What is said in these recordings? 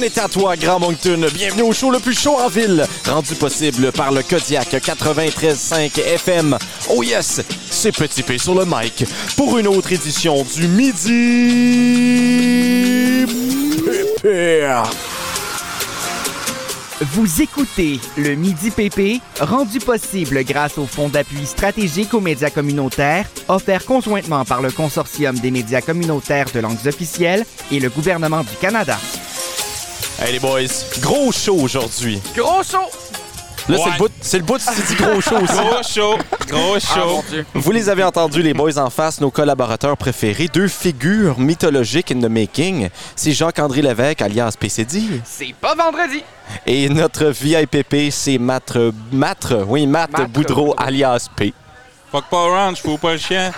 C'est à toi, Grand Moncton. Bienvenue au show le plus chaud en ville, rendu possible par le Kodiak 93.5 FM. Oh yes, c'est Petit P sur le mic pour une autre édition du Midi Pépère. Vous écoutez le Midi PP, rendu possible grâce au Fonds d'appui stratégique aux médias communautaires, offert conjointement par le Consortium des médias communautaires de langues officielles et le gouvernement du Canada. Hey les boys, gros show aujourd'hui. Gros show! Là, c'est le bout si tu dis gros show aussi. Gros show. Ah, mon Dieu. Vous les avez entendus, les boys en face, nos collaborateurs préférés, deux figures mythologiques in the making. C'est Jacques-André Lévesque, alias PCD. C'est pas vendredi! Et notre VIPP, c'est Matt Boudreau, alias P. Fuck pas orange, faut pas le chien.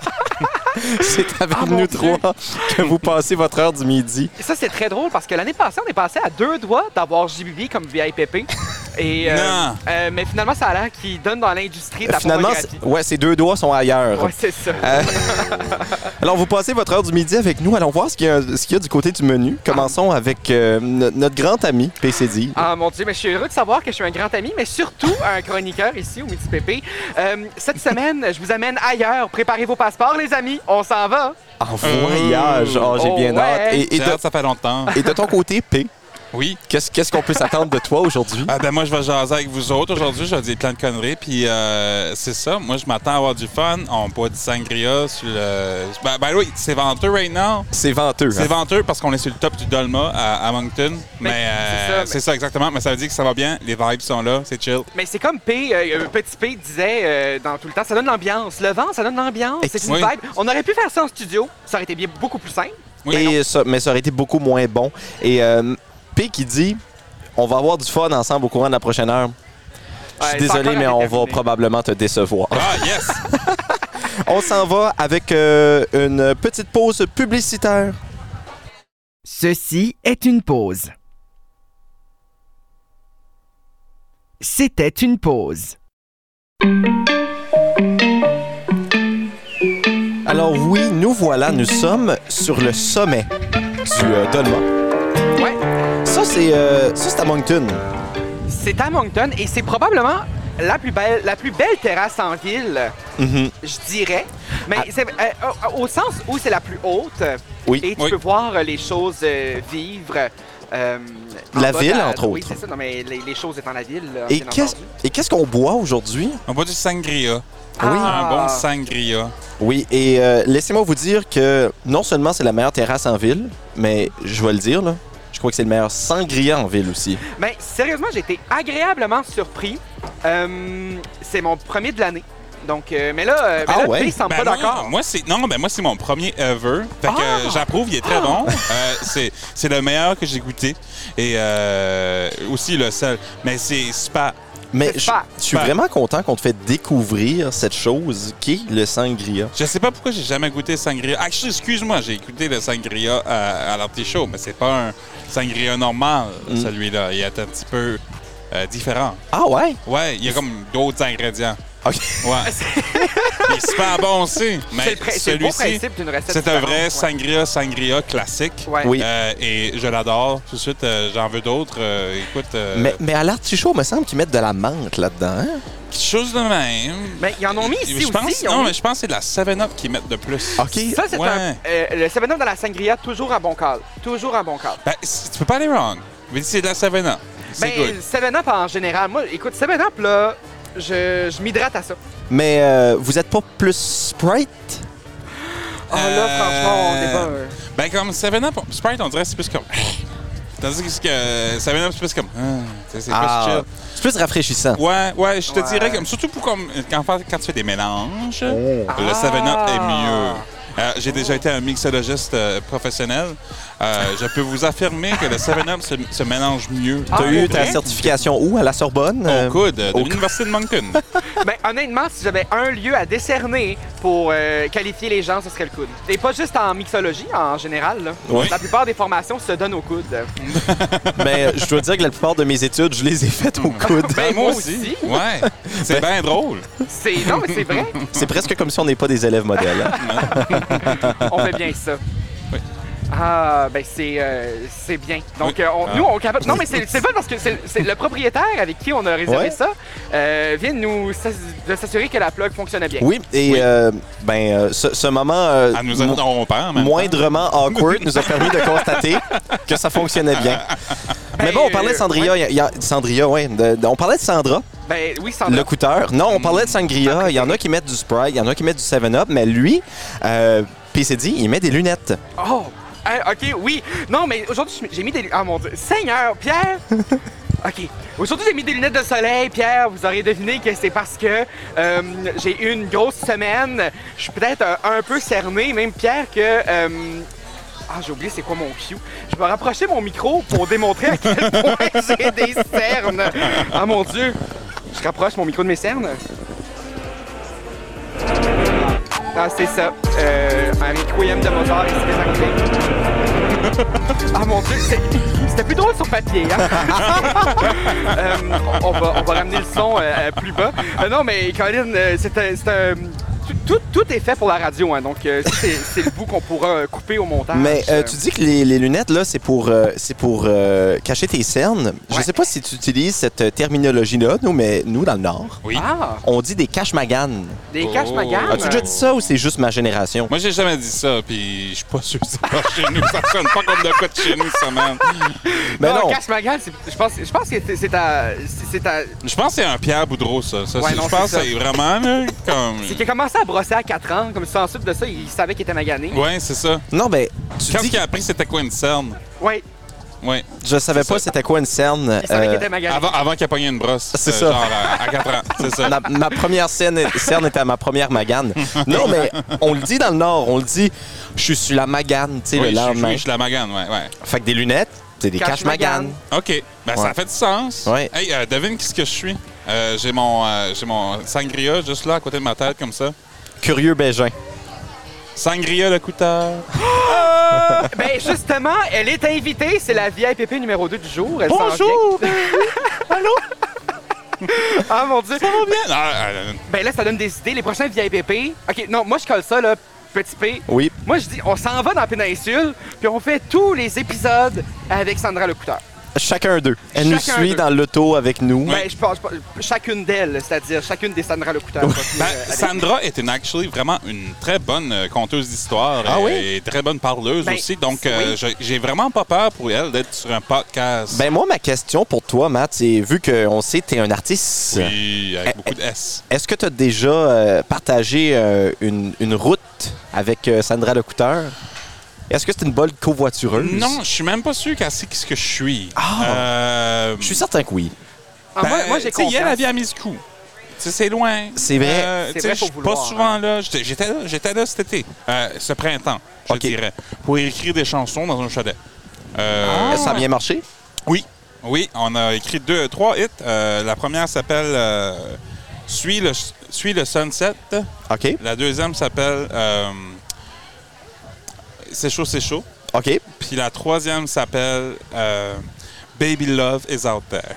C'est avec nous trois que vous passez votre heure du midi. Ça, c'est très drôle parce que l'année passée, on est passé à 2 doigts d'avoir JBB comme VIPP. Et, Non. mais finalement, ça a l'air qu'il donne dans l'industrie de la Finalement, pornographie. ces deux doigts sont ailleurs. Ouais, c'est ça. Alors, vous passez votre heure du midi avec nous. Allons voir ce qu'il y a du côté du menu. Commençons avec notre grand ami, PCD. Ah mon Dieu, mais je suis heureux de savoir que je suis un grand ami, mais surtout un chroniqueur ici au Midi Pépé. Cette semaine, je vous amène ailleurs. Préparez vos passeports, les amis. On s'en va. En voyage. Oh, j'ai bien ouais. hâte. J'ai hâte, ça fait longtemps. Et de ton côté, P, Oui. qu'est-ce qu'on peut s'attendre de toi aujourd'hui? Moi, je vais jaser avec vous autres aujourd'hui. Je vais dire plein de conneries. Puis, c'est ça. Moi, je m'attends à avoir du fun. On boit du sangria sur le... oui, c'est venteux right now. C'est venteux. C'est venteux parce qu'on est sur le top du Dolma à Moncton. Mais c'est ça, exactement. Mais ça veut dire que ça va bien. Les vibes sont là. C'est chill. Mais c'est comme Petit P disait dans tout le temps, ça donne l'ambiance. Le vent, ça donne l'ambiance. C'est une Oui. vibe. On aurait pu faire ça en studio. Ça aurait été beaucoup plus simple. Oui, Mais ça aurait été beaucoup moins bon. Et P qui dit, on va avoir du fun ensemble au courant de la prochaine heure. Je suis Ouais, désolé, c'est mais encore on à va déterminer. probablement te décevoir. Ah, yes! On s'en va avec une petite pause publicitaire. Ceci est une pause. C'était une pause. Alors oui, nous voilà, nous sommes sur le sommet du Dolma. Ouais. Ça, c'est à Moncton. C'est à Moncton et c'est probablement la plus belle terrasse en ville, je dirais. Mais c'est au sens où c'est la plus haute. Oui. Et tu Oui. peux voir les choses vivre. en La bas ville, de entre Oui, autres. c'est ça. Non, mais les choses étant la ville. Là, Et bien entendu. qu'est-ce qu'on boit aujourd'hui? On boit du sangria. Oui. Un bon sangria. Oui, et laissez-moi vous dire que non seulement c'est la meilleure terrasse en ville, mais je vais le dire, là, je crois que c'est le meilleur sangria en ville aussi. Mais sérieusement, j'ai été agréablement surpris. C'est mon premier de l'année. Donc, mais là, ouais? P semble pas d'accord. Moi, c'est mon premier ever. Fait que j'approuve, il est très bon. C'est le meilleur que j'ai goûté. Et aussi le seul. Mais c'est super. Mais C'est je pas- suis vraiment content qu'on te fait découvrir cette chose qui est le sangria. Je sais pas pourquoi j'ai jamais goûté le sangria. Actually, excuse-moi, j'ai goûté le sangria à l'artichaut, mais c'est pas un sangria normal, celui-là. Il est un petit peu différent. Ah ouais? Ouais, il y a comme d'autres ingrédients. OK. Ouais. Il est super bon aussi. Mais C'est le beau celui-ci, principe d'une recette c'est un vrai différente, sangria classique. Ouais. Oui. Et je l'adore. Tout de suite, j'en veux d'autres. Écoute, Mais à l'artichaut, il me semble qu'ils mettent de la menthe là-dedans. Hein? quelque chose de même. Mais ils en ont mis ici Je pense, aussi. ils ont non, mis- mais je pense que c'est de la 7-Up qu'ils mettent de plus. OK. Ça, c'est Ouais. le 7-Up dans la sangria, toujours un bon call. Toujours un bon call. Ben, tu peux pas aller wrong. Mais c'est de la 7-Up. C'est Ben, good. 7-Up en général, moi, écoute, 7-Up, là, je m'hydrate à ça. Mais vous êtes pas plus Sprite? Ah là, franchement, on est pas... Ben, comme 7-Up, Sprite, on dirait que c'est plus comme... Tandis que 7-Up, c'est plus comme... c'est plus chill. C'est plus rafraîchissant. Ouais, je te Ouais. dirais, comme, surtout pour comme, quand tu fais des mélanges, Oh. le 7-Up est mieux. J'ai déjà été un mixologiste professionnel. Je peux vous affirmer que le 7-Up se mélange mieux. T'as eu ta Vrai? certification où? À la Sorbonne? Au coude, de au l'Université de Moncton. Ben, honnêtement, si j'avais un lieu à décerner pour qualifier les gens, ce serait le coude. Et pas juste en mixologie, en général. Là. Oui. La plupart des formations se donnent au coude. Mais je dois dire que la plupart de mes études, je les ai faites au coude. Ben, moi moi aussi. aussi. Ouais, c'est bien drôle. Non, mais c'est vrai. C'est presque comme si on n'est pas des élèves modèles. Hein? On fait bien ça. Ah, ben c'est bien. Donc, Oui. nous, on capable. Non, mais c'est fun parce que c'est le propriétaire avec qui on a réservé Ouais. ça vient de s'assurer que la plug fonctionnait bien. Oui, et Oui. ce moment Elle nous a interrompu en même temps. moindrement awkward nous a permis de constater que ça fonctionnait bien. Mais bon, on parlait de Sandria. Sandria, oui. On parlait de Sandra, Ben oui, Sandra. le couteur. Non, on parlait de Sangria. Il y en a qui mettent du Sprite, il y en a qui mettent du 7-Up, mais lui, PCD, il met des lunettes. Oh! OK, oui. Non, mais aujourd'hui, j'ai mis des lunettes. Ah, mon Dieu. Seigneur, Pierre! OK. Aujourd'hui, j'ai mis des lunettes de soleil. Pierre, vous aurez deviné que c'est parce que j'ai eu une grosse semaine. Je suis peut-être un peu cerné, même Pierre, que... j'ai oublié c'est quoi mon cue. Je vais rapprocher mon micro pour démontrer à quel point j'ai des cernes. Ah, mon Dieu. Je rapproche mon micro de mes cernes. Ah, c'est ça. Un requiem de Mozart ici des arrivé. Ah mon Dieu, c'était plus drôle sur papier. Hein? On va ramener le son plus bas. Non, mais Colin, tout est fait pour la radio, hein, donc c'est le bout qu'on pourra couper au montage. Mais tu dis que les lunettes, là, c'est pour cacher tes cernes. Je Ouais. sais pas si tu utilises cette terminologie-là, mais nous, dans le Nord, Oui. Ah, on dit des cache-maganes. des cache-maganes. As-tu déjà dit ça ou c'est juste ma génération? Moi, j'ai jamais dit ça, puis je suis pas sûr que c'est pas chez nous. Ça sonne pas comme de quoi de chez nous, ça, man. Ben non. Cache-maganes, je pense que c'est ta... Je pense que c'est un Pierre Boudreau, ça. Ouais, non, je pense c'est ça. que c'est vraiment, là, comme... C'est qu'il a commencé à brosser à 4 ans, comme ça, ensuite de ça, il savait qu'il était magané. Ouais, c'est ça. Non, ben, tu Quand dis il a appris c'était quoi une cerne. Ouais, Ouais. je savais C'est pas ça. c'était quoi une cerne. il savait qu'il était magané. Avant qu'il a pogné une brosse. C'est ça. Genre à 4 ans. C'est ça. ma première cerne était ma première magane. Non, mais on le dit dans le Nord, on le dit, je suis sur la magane, tu sais, Oui, le lendemain. je suis la magane, ouais. Fait que des lunettes, c'est des Cache-magane. cache-maganes. OK. Ben, Ouais. ça fait du sens. Ouais. Hey, devine qu'est-ce que je suis. J'ai mon sangria juste là, à côté de ma tête, comme ça. Curieux Bégin. Sangria le couteur. Ben justement, elle est invitée, c'est la VIP numéro 2 du jour. Elle s'en Bonjour! vient. Allô? Ah mon Dieu! Ça va bien? Ben là, ça donne des idées. Les prochains VIP. OK, non, moi je colle ça, là, petit P. Oui. Moi je dis, on s'en va dans la péninsule, puis on fait tous les épisodes avec Sandra Lecouteur. Chacun d'eux. Elle nous Chacun suit d'eux. dans l'auto avec nous. Ben, je pense chacune d'elles, c'est-à-dire chacune des Sandra Lecouteur. Ben, Sandra est vraiment une très bonne conteuse d'histoire Ah oui? et très bonne parleuse Ben, aussi. Donc, oui. j'ai vraiment pas peur pour elle d'être sur un podcast. Ben moi, ma question pour toi, Matt, c'est vu qu'on sait que tu es un artiste, oui, avec beaucoup de S. est-ce que tu as déjà partagé une route avec Sandra Lecouteur? Est-ce que c'est une bonne covoitureuse? Non, je suis même pas sûr qu'elle sait ce que je suis. Je suis certain que oui. Ah, moi j'ai tu sais, hier, confiance. elle vient à Miscou. Tu sais, c'est loin. C'est vrai. C'est Tu sais, vrai, je faut suis pas vouloir, souvent là. J'étais là cet été, ce printemps, je OK. dirais, pour écrire des chansons dans un chalet. Est-ce que ça a bien marché? Oui, on a écrit 3 hits. La première s'appelle Suis le Sunset. OK. La deuxième s'appelle C'est chaud. OK. Puis la troisième s'appelle Baby Love is Out There.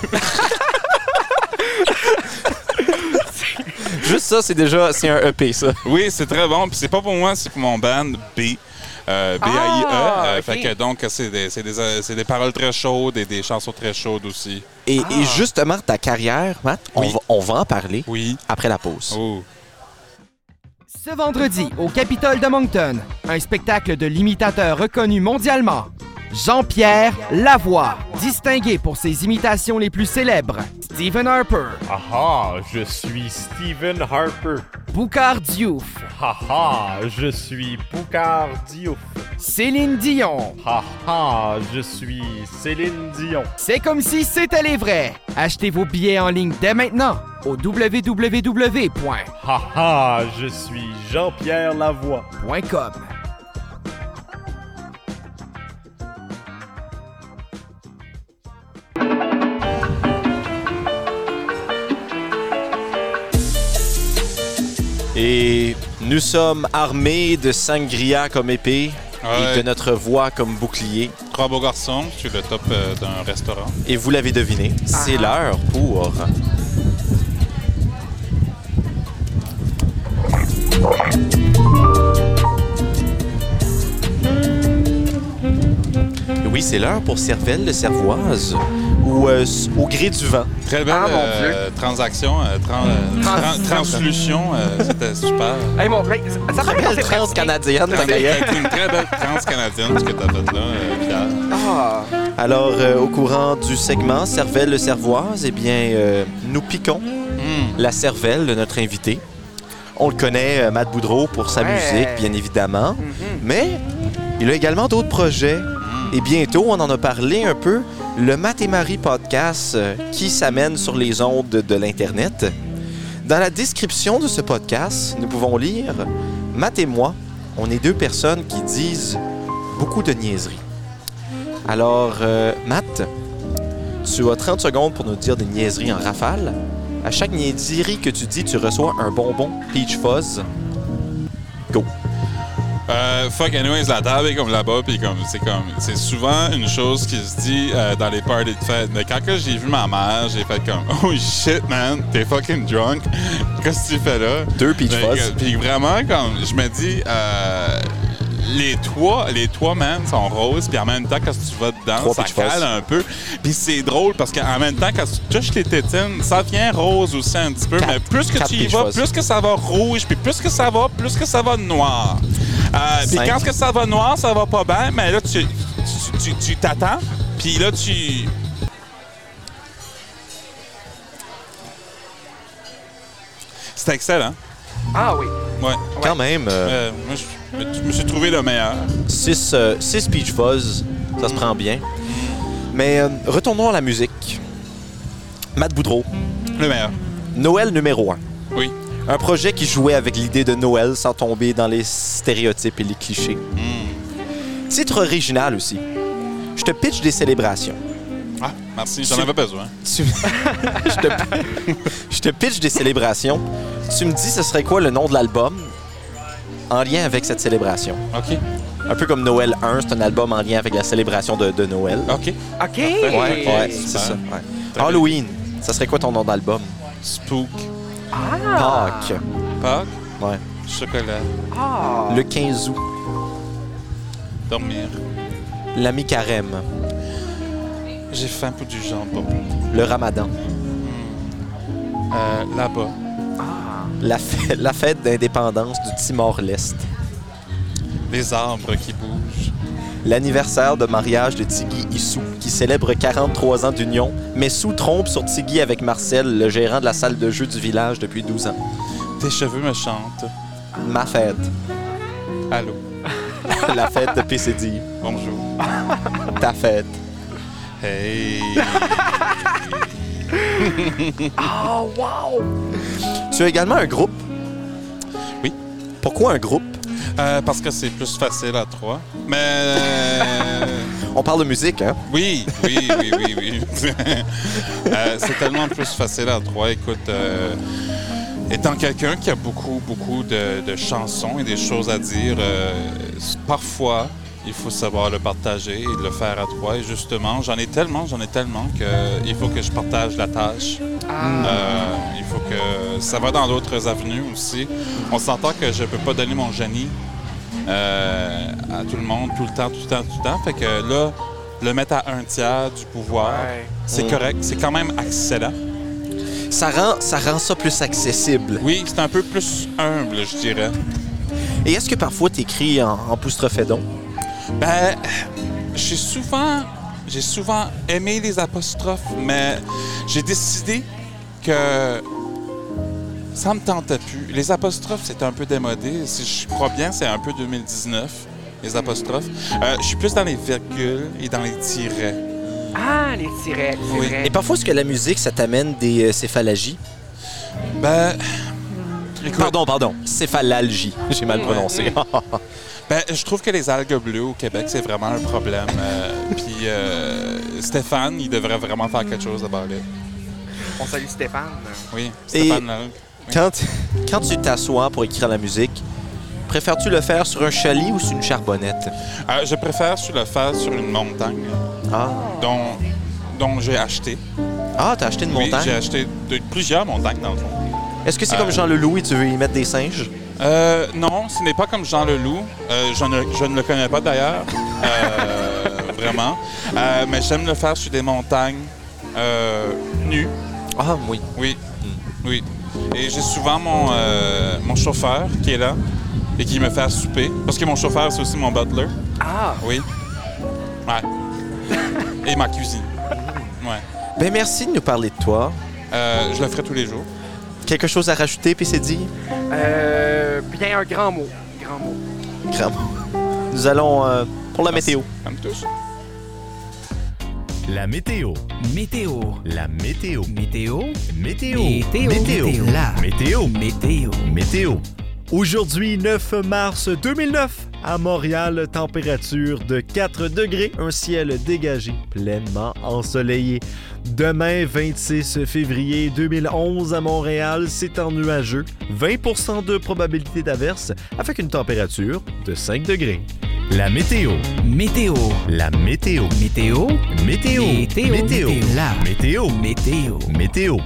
Juste ça, c'est un EP, ça. Oui, c'est très bon. Puis c'est pas pour moi, c'est pour mon band B. B-A-I-E. OK. Fait que donc, c'est des paroles très chaudes et des chansons très chaudes aussi. Et justement, ta carrière, Matt, Oui. on va en parler Oui. après la pause. Oh. Ce vendredi, au Capitole de Moncton, un spectacle de l'imitateur reconnu mondialement. Jean-Pierre Lavoie, distingué pour ses imitations les plus célèbres. Stephen Harper, Haha, je suis Stephen Harper. Boucard Diouf, Haha, je suis Boucard Diouf. Céline Dion. Haha, je suis Céline Dion. C'est comme si c'était les vrais. Achetez vos billets en ligne dès maintenant au www.com. Haha, je suis Jean-Pierre Lavoie. Et nous sommes armés de sangria comme épée Ouais. et de notre voix comme bouclier. 3 beaux garçons sur le top d'un restaurant. Et vous l'avez deviné, c'est l'heure pour... Oui, c'est l'heure pour Cervelle le Cervoise ou au gré du vent. Très belle Ah, mon Dieu. transaction, translution, c'était super. Hey, mon frère, ça Très belle trans-canadienne, ta gaillette. C'est une très belle trans-canadienne ce que tu as fait là, Pierre. Ah, Alors, au courant du segment Cervelle le Cervoise, eh bien, nous piquons la cervelle de notre invité. On le connaît, Matt Boudreau, pour sa Ouais. musique, bien évidemment. Mais il a également d'autres projets. Et bientôt, on en a parlé un peu, le Matt et Marie podcast qui s'amène sur les ondes de l'Internet. Dans la description de ce podcast, nous pouvons lire « Matt et moi, on est deux personnes qui disent beaucoup de niaiseries. » Alors, Matt, tu as 30 secondes pour nous dire des niaiseries en rafale. À chaque niaiserie que tu dis, tu reçois un bonbon Peach Fuzz. Go! Fuck anyways, la table est comme là-bas, puis c'est souvent une chose qui se dit dans les parties de fête. Mais quand que j'ai vu ma mère, j'ai fait comme oh shit man, t'es fucking drunk. Qu'est-ce que tu fais là? 2 Peach Fuzz. Puis vraiment comme je me dis les toits man sont roses, puis en même temps quand tu vas dedans, 3 ça Peach Fuzz. cale un peu. Puis c'est drôle parce qu'en même temps quand tu touches les tétines, ça vient rose aussi un petit peu, mais plus que 4 tu y Peach vas, Fuzz. plus que ça va rouge, puis plus que ça va noir. Puis 5. quand que ça va noir, ça va pas bien, mais là, tu t'attends, puis là, tu... C'était excellent. ah oui. Ouais. Quand même, Moi, je me suis trouvé le meilleur. 6 Peach Fuzz, ça se prend bien. Mais retournons à la musique. Matt Boudreau, Le meilleur. Noël numéro 1. Oui. Un projet qui jouait avec l'idée de Noël sans tomber dans les stéréotypes et les clichés. Titre original aussi. Je te pitch des célébrations. Ah, merci, j'en avais besoin. Je te pitch des célébrations. Tu me dis ce serait quoi le nom de l'album en lien avec cette célébration. OK. Un peu comme Noël 1, c'est un album en lien avec la célébration de Noël. OK. OK. Ouais, super. c'est ça. Ouais. Très Halloween, ça serait quoi ton nom d'album? Spook. Ah. Pâques. Pâques. Ouais. Chocolat. Ah. Le 15 août. Dormir. La mi-carême. J'ai faim pour du jambon. Le ramadan. Là-bas. La fête d'indépendance du Timor-Lest. Les arbres qui bougent. L'anniversaire de mariage de Tiggy Issou, qui célèbre 43 ans d'union, mais Sou trompe sur Tiggy avec Marcel, le gérant de la salle de jeu du village depuis 12 ans. Tes cheveux me chantent. Ma fête. Allô. La fête de PCD. Bonjour. Ta fête. Hey. Oh, wow. Tu as également un groupe. Oui. Pourquoi un groupe? Parce que c'est plus facile à 3. Mais... On parle de musique, hein? Oui. C'est tellement plus facile à 3. Écoute, étant quelqu'un qui a beaucoup de chansons et des choses à dire, parfois, il faut savoir le partager et le faire à 3. Et justement, j'en ai tellement qu'il faut que je partage la tâche. Il faut que... Ça va dans d'autres avenues aussi. On s'entend que je peux pas donner mon génie à tout le monde, tout le temps. Fait que là, le mettre à 1/3 du pouvoir, c'est correct. C'est quand même excellent. Ça rend ça plus accessible. Oui, c'est un peu plus humble, je dirais. Et est-ce que parfois tu écris en poustrephédon? Ben, j'ai souvent aimé les apostrophes, mais j'ai décidé que ça me tentait plus. Les apostrophes, c'est un peu démodé. Si je crois bien, c'est un peu 2019, les apostrophes. Je suis plus dans les virgules et dans les tirets. Ah, les tirets, c'est Oui. vrai. Et parfois, est-ce que la musique, ça t'amène des céphalagies? Ben, écoute, Pardon. Céphalalgie. J'ai mal prononcé. ben, je trouve que les algues bleues au Québec, c'est vraiment un problème. Puis Stéphane, il devrait vraiment faire quelque chose about it. On salue Stéphane. Oui, Stéphane Larocque. Quand tu t'assois pour écrire la musique, préfères-tu le faire sur un chalet ou sur une charbonnette? Je préfère le faire sur une montagne Ah, dont j'ai acheté. t'as acheté une Oui, montagne? j'ai acheté plusieurs montagnes dans le fond. Est-ce que c'est comme Jean Leloup et tu veux y mettre des singes? Non, ce n'est pas comme Jean Leloup. Je ne le connais pas d'ailleurs. vraiment. Mais j'aime le faire sur des montagnes nues. Ah, oui. Oui, oui. Et j'ai souvent mon chauffeur qui est là et qui me fait à souper. Parce que mon chauffeur, c'est aussi mon butler. Ah! Oui. Ouais. Et ma cuisine. Ouais. Ben, merci de nous parler de toi. Je le ferai tous les jours. Quelque chose à rajouter, PCD? Bien un grand mot. Grand mot. Grand mot. Nous allons pour la météo. Ça me touche. La météo. Météo. La météo. Météo. Météo. Météo. Météo. La Météo. météo. Météo. Aujourd'hui, 9 mars 2009, à Montréal, température de 4 degrés, un ciel dégagé, pleinement ensoleillé. Demain, 26 février 2011, à Montréal, c'est en nuageux, 20% de probabilité d'averse, avec une température de 5 degrés. La météo. Météo. La météo. Météo. Météo. Météo. Météo. La Météo. météo. Météo.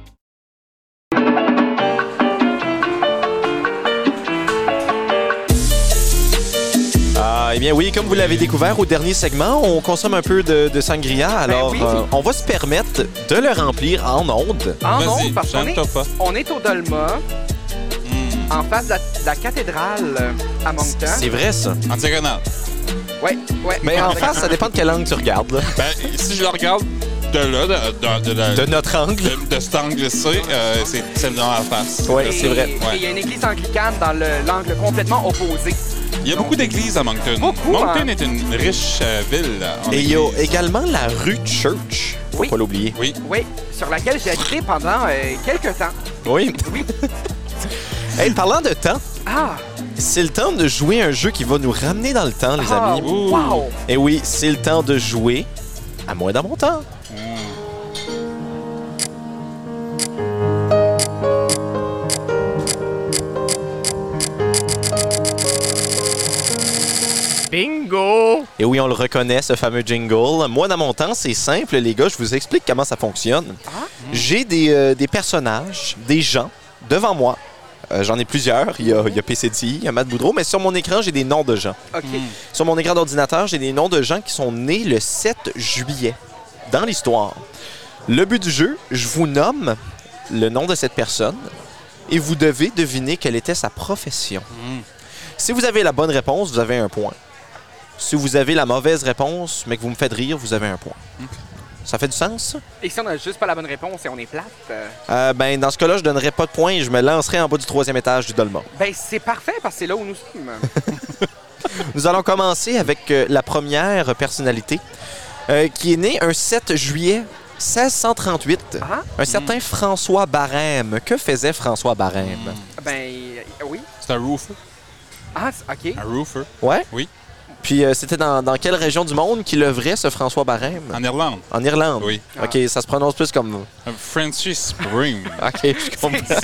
Eh bien oui, comme vous l'avez découvert au dernier segment, on consomme un peu de sangria, alors oui. on va se permettre de le remplir en ondes. En Vas-y, ondes, parce qu'on j'aime pas. on est au Dolma, en face de la cathédrale à Moncton. C'est vrai, ça. En diagonale. Ouais. Mais en face, ça dépend de quelle angle tu regardes. Là. Ben, si je le regarde de là, De notre angle. de cet angle-ci, c'est dans la face. Oui, Et- c'est vrai. et Ouais. il y a une église anglicane dans l'angle complètement opposé. Il y a beaucoup d'églises à Moncton. Beaucoup, Moncton hein. est une riche ville en Et il y a églises. également la rue Church. Faut Oui. pas l'oublier. Oui. Oui, sur laquelle j'ai habité pendant quelques temps. Oui. Oui. Hey, parlant de temps, Ah! c'est le temps de jouer un jeu qui va nous ramener dans le temps, les amis. Ouh. Wow! Et oui, c'est le temps de jouer à moi dans mon temps. Bingo! Et oui, on le reconnaît, ce fameux jingle. Moi, dans mon temps, c'est simple, les gars. Je vous explique comment ça fonctionne. J'ai des personnages, des gens, devant moi. J'en ai plusieurs. Il y a PCD, il y a Matt Boudreau, mais sur mon écran, j'ai des noms de gens. OK. Sur mon écran d'ordinateur, j'ai des noms de gens qui sont nés le 7 juillet dans l'histoire. Le but du jeu, je vous nomme le nom de cette personne et vous devez deviner quelle était sa profession. Si vous avez la bonne réponse, vous avez un point. Si vous avez la mauvaise réponse, mais que vous me faites rire, vous avez un point. Ça fait du sens, ça? Et si on n'a juste pas la bonne réponse et on est plate, Ben, dans ce cas-là, je donnerais pas de points et je me lancerai en bas du 3e étage du Dolma. ben c'est parfait parce que c'est là où nous sommes. Nous allons commencer avec la première personnalité qui est née un 7 juillet 1638. Ah? Un certain François Barème. Que faisait François Barème? Ben oui. C'est un roofer. Ah, OK. Un roofer. Ouais? Oui. Puis c'était dans quelle région du monde qu'il œuvrait, ce François Barème? En Irlande. En Irlande? Oui. OK, ça se prononce plus comme... Francis Brim. OK, je comprends.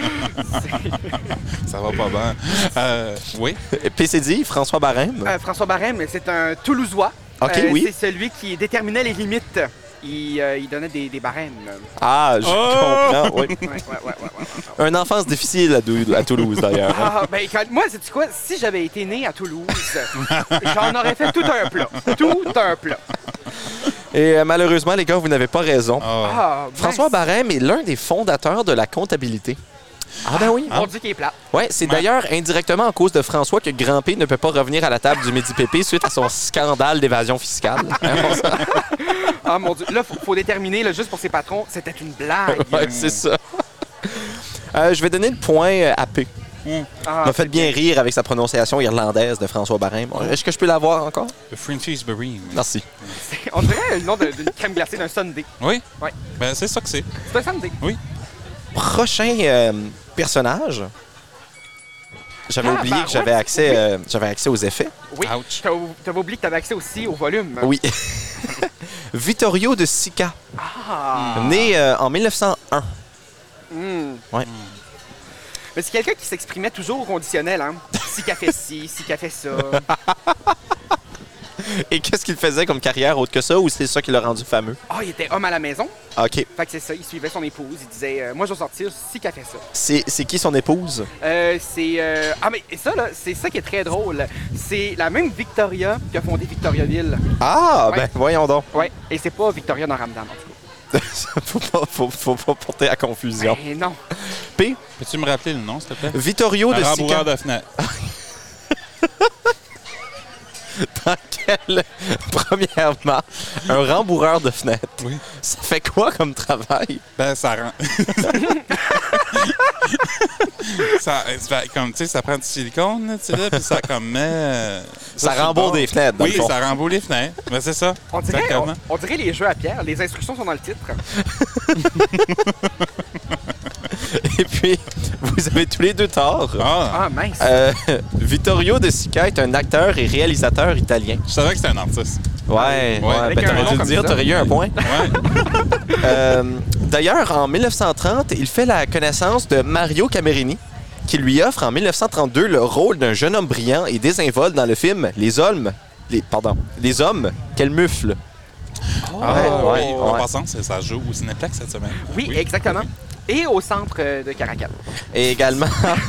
Ça va pas bien. Oui. PCD, François Barème? François Barème, c'est un Toulousois. OK, oui. C'est celui qui déterminait les limites. Il donnait des barèmes. Ah, je comprends, oui. Ouais. Un enfance difficile à Toulouse, d'ailleurs. Ah, ben, moi, sais-tu quoi? Si j'avais été né à Toulouse, j'en aurais fait tout un plat. Tout un plat. Et malheureusement, les gars, vous n'avez pas raison. Ah, François Barème est l'un des fondateurs de la comptabilité. Ah ben oui. On dit qu'il est plat. Ouais, c'est d'ailleurs indirectement en cause de François que Grand P ne peut pas revenir à la table du Midi Pépé suite à son scandale d'évasion fiscale. Ah, mon Dieu. Là, faut déterminer, là, juste pour ses patrons, c'était une blague. Ouais, c'est ça. Je vais donner le point à P. Ah, m'a fait bien rire avec sa prononciation irlandaise de François Barème. Est-ce que je peux l'avoir encore? Francis Brim. Merci. on dirait le nom d'une crème glacée d'un sundae. Oui. Ouais. Ben, c'est ça que c'est. C'est un sundae. Prochain personnage. J'avais oublié que j'avais accès aux effets. Oui. Ouch. T'avais oublié que t'avais accès aussi au volume. Oui. Vittorio de Sica, Ah. né en 1901. Ouais. Mais c'est quelqu'un qui s'exprimait toujours au conditionnel, hein. Si qu'a fait ci, si qu'a fait ça. Et qu'est-ce qu'il faisait comme carrière autre que ça, ou c'est ça qui l'a rendu fameux? Ah, il était homme à la maison. OK. Fait que c'est ça, il suivait son épouse. Il disait, moi, je vais sortir si qu'elle fait ça. C'est qui son épouse? Ah, mais ça, là, c'est ça qui est très drôle. C'est la même Victoria qui a fondé Victoriaville. Ah, Ouais. ben voyons donc. Ouais, et c'est pas Victoria dans Ramadan, en tout faut pas porter à confusion. cas. Ben non. P. Peux-tu me rappeler le nom, s'il te plaît? Vittorio de Un rembourreur Sica. de fenêtre. Dans quel... Premièrement, un rembourreur de fenêtres. Oui. Ça fait quoi comme travail? Ben, ça rend... comme, tu sais, ça prend du silicone, là, tu sais, là, puis ça comme met... Ça sur le rembourre bord. des fenêtres, dans Oui, le fond. ça rembourre les fenêtres. Ben, c'est ça. On dirait, Exactement. on dirait les jeux à pierre. Les instructions sont dans le titre. Et puis, vous avez tous les deux tort. Ah, Ah, mince. Vittorio de Sica est un acteur et réalisateur italien. je savais que c'était un artiste. Ouais, Avec ben un t'aurais nom dû le comme dire, ça. t'aurais eu un point. Ouais. D'ailleurs, en 1930, il fait la connaissance de Mario Camerini, qui lui offre en 1932 le rôle d'un jeune homme brillant et désinvolte dans le film Les Hommes, quel mufle. En ouais. passant, ça joue au Cinéplex cette semaine. Oui, exactement. Et au centre de Caracal. Et également,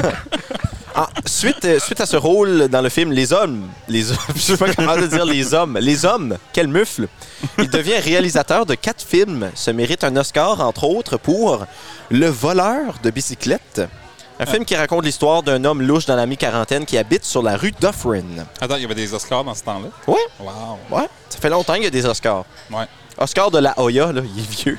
suite à ce rôle dans le film Les Hommes, je sais pas comment le dire, Les Hommes, quel mufle, il devient réalisateur de 4 films, se mérite un Oscar, entre autres, pour Le voleur de bicyclette, un film qui raconte l'histoire d'un homme louche dans la mi-quarantaine qui habite sur la rue Dufferin. Attends, il y avait des Oscars dans ce temps-là? Ouais, Wow. ouais, ça fait longtemps qu'il y a des Oscars. Ouais. Oscar de la Hoya, là, il est vieux.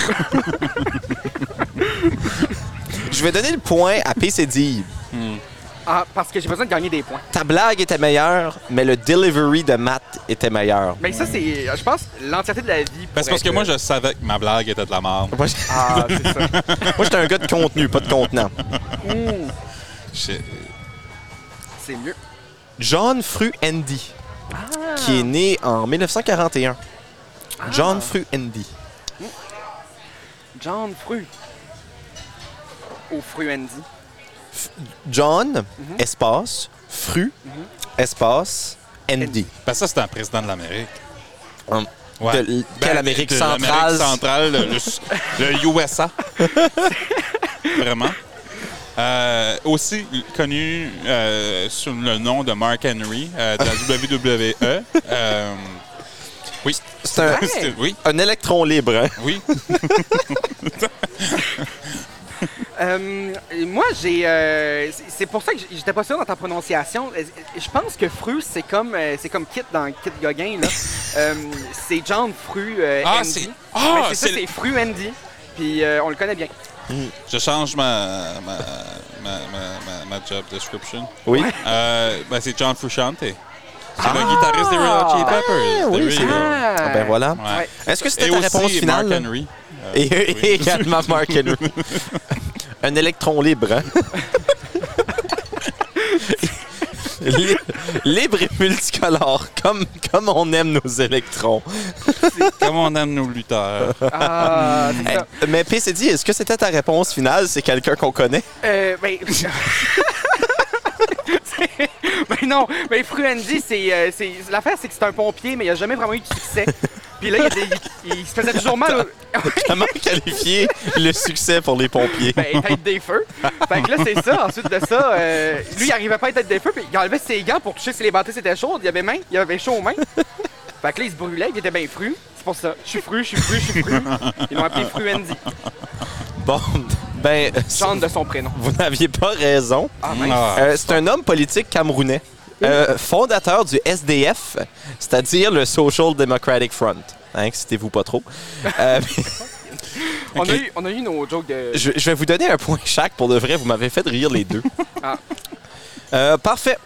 Je vais donner le point à PCD. Ah, parce que j'ai besoin de gagner des points. Ta blague était meilleure, mais le delivery de Matt était meilleur. Mais ça, c'est, je pense, l'entièreté de la vie. Ben, c'est parce que moi, je savais que ma blague était de la merde. Moi, Ah, c'est ça. moi, j'étais un gars de contenu, pas de contenant. Ouh, Je- c'est mieux. John Fruendi, qui est né en 1941. John Fruendi. John Fru. Ou Fruendi. John, espace, espace, Andy. Ben, ça, c'était un président de l'Amérique. Hum. Ouais. Quelle Amérique de centrale? l'Amérique centrale, le USA. Vraiment. Aussi connu sous le nom de Mark Henry de la WWE. Oui. C'est un, Oui, un électron libre, hein? oui. Moi, c'est pour ça que j'étais pas sûr dans ta prononciation. Je pense que Fru, c'est comme Kit dans Kit Gauguin, là. C'est John Fru Ah, Andy. c'est- Mais c'est ça, c'est- c'est Fru Andy. Puis on le connaît bien. Je change ma job description. Oui. Ben, c'est John Frusciante. C'est le guitariste des Red Hot Chili Peppers. oui, There c'est you go. Ah, ben voilà. Ouais. Est-ce que c'était Et ta aussi réponse finale? Mark Henry. Et, Oui. et également Mark Henry. Un électron libre, hein? Libre et multicolore, comme on aime nos électrons. Comme on aime nos lutteurs. Ah, c'est ça. Mais PCD, est-ce que c'était ta réponse finale? C'est quelqu'un qu'on connaît? Ben... ben non, mais Fru Andy, l'affaire, c'est que c'est un pompier, mais il a jamais vraiment eu de succès. Puis là, il se faisait toujours mal. Comment qualifier le succès pour les pompiers? Ben, tête des feux. Fait que là, c'est ça. Ensuite de ça, lui, il arrivait pas à tête des feux, puis il enlevait ses gants pour toucher si les batteries étaient chaudes. Il avait chaud aux mains. Fait que là, il se brûlait, il était bien fru. C'est pour ça. Je suis fru. Ils l'ont appelé Fru Andy. Bon, ben, Chante de son prénom. vous n'aviez pas raison. Ah, mince. Ah. C'est un homme politique camerounais, fondateur du SDF, c'est-à-dire le Social Democratic Front. Hein, excitez-vous pas trop. On a eu nos jokes de... Je vais vous donner un point chaque pour de vrai. Vous m'avez fait rire les deux. Ah. Parfait.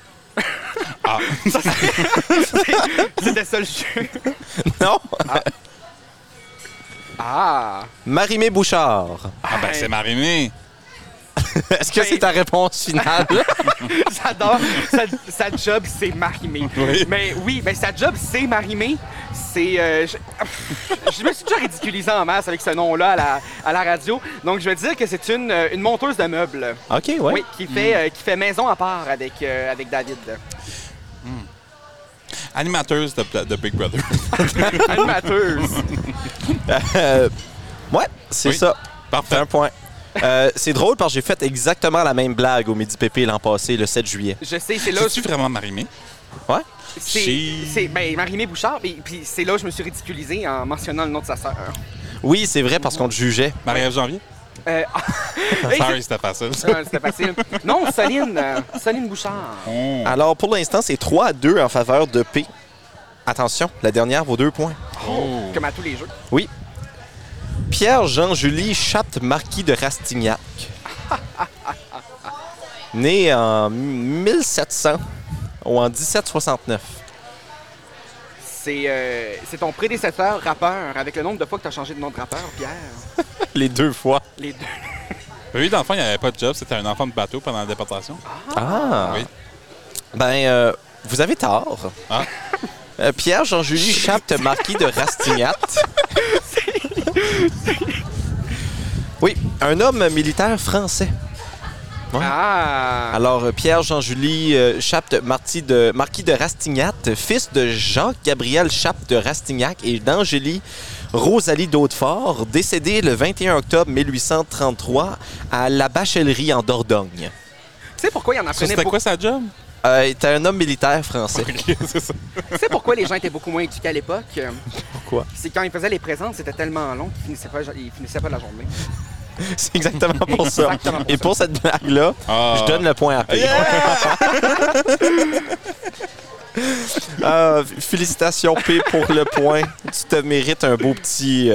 C'était ça le jeu. Non. Ah. Marie-Mé Bouchard. Ah, ben, c'est Marimé. Est-ce que c'est ta réponse finale? J'adore. Sa job, c'est Marie-Mé. Oui. Mais oui, mais sa job, c'est Marie-Mé. C'est... je me suis déjà ridiculisé en masse avec ce nom-là à la radio. Donc, je vais dire que c'est une monteuse de meubles. OK, ouais. Oui, qui fait maison à part avec David. Animateuse de Big Brother. Animateuse. Ouais, c'est Oui. ça. Parfait. C'est un point. C'est drôle parce que j'ai fait exactement la même blague au Midi Pépé l'an passé, le 7 juillet. Je sais, c'est là... C'est-tu vraiment Marimé? Ouais? C'est Marie-Mé Bouchard, puis c'est là où je me suis ridiculisé en mentionnant le nom de sa sœur. Oui, c'est vrai parce qu'on te jugeait. Marie-Ève Janvier? Hey, Sorry, c'était facile. c'était facile. Non, Soline Bouchard. Oh. Alors, pour l'instant, c'est 3-2 en faveur de P. Attention, la dernière vaut 2 points. Comme à tous les jeux. Oui. Pierre-Jean-Julie Chapt Marquis de Rastignac. Né en 1700 ou en 1769. C'est ton prédécesseur rappeur, avec le nombre de fois que tu as changé de nom de rappeur, Pierre. Les 2 fois. Les deux. Lui, dans le fond, il n'avait pas de job. C'était un enfant de bateau pendant la déportation. Ah! Oui. Ben, vous avez tort. Ah. Pierre-Jean-Julie Chapt Marquis de Rastignac. Oui, un homme militaire français. Ouais. Ah! Alors, Pierre-Jean-Julie Chapt Marquis de Rastignac, fils de Jean-Gabriel Chapt de Rastignac et d'Angélie Rosalie d'Hautefort, décédé le 21 octobre 1833 à la Bachellerie en Dordogne. Tu sais pourquoi il y en Ça, apprenait c'était beaucoup? quoi sa job? Il était un homme militaire français. Ok, c'est ça. Tu sais pourquoi les gens étaient beaucoup moins éduqués à l'époque? Pourquoi? C'est quand ils faisaient les présences, c'était tellement long qu'ils finissaient pas la journée. C'est exactement pour ça. Exactement pour Et ça. pour cette blague-là, Ah. je donne le point à P. Félicitations P pour le point. Tu te mérites un beau petit...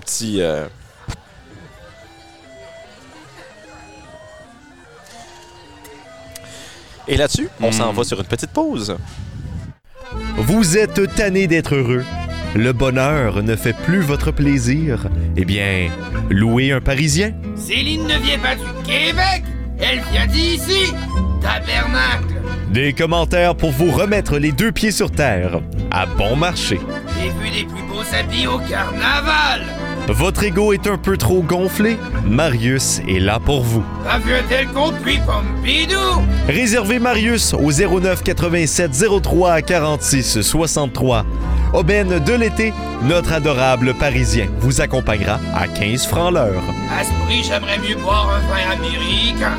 Et là-dessus, on s'en va sur une petite pause. Vous êtes tanné d'être heureux. Le bonheur ne fait plus votre plaisir. Eh bien, louez un Parisien. Céline ne vient pas du Québec, elle vient d'ici, Tabernacle. Des commentaires pour vous remettre les 2 pieds sur terre. À bon marché. J'ai vu des plus beaux habits au carnaval. Votre ego est un peu trop gonflé? Marius est là pour vous. Pas vu un tel con depuis Pompidou. Réservez Marius au 09 87 03 46 63. Aubaine de l'été, notre adorable Parisien vous accompagnera à 15 francs l'heure. À ce prix, j'aimerais mieux boire un vin américain.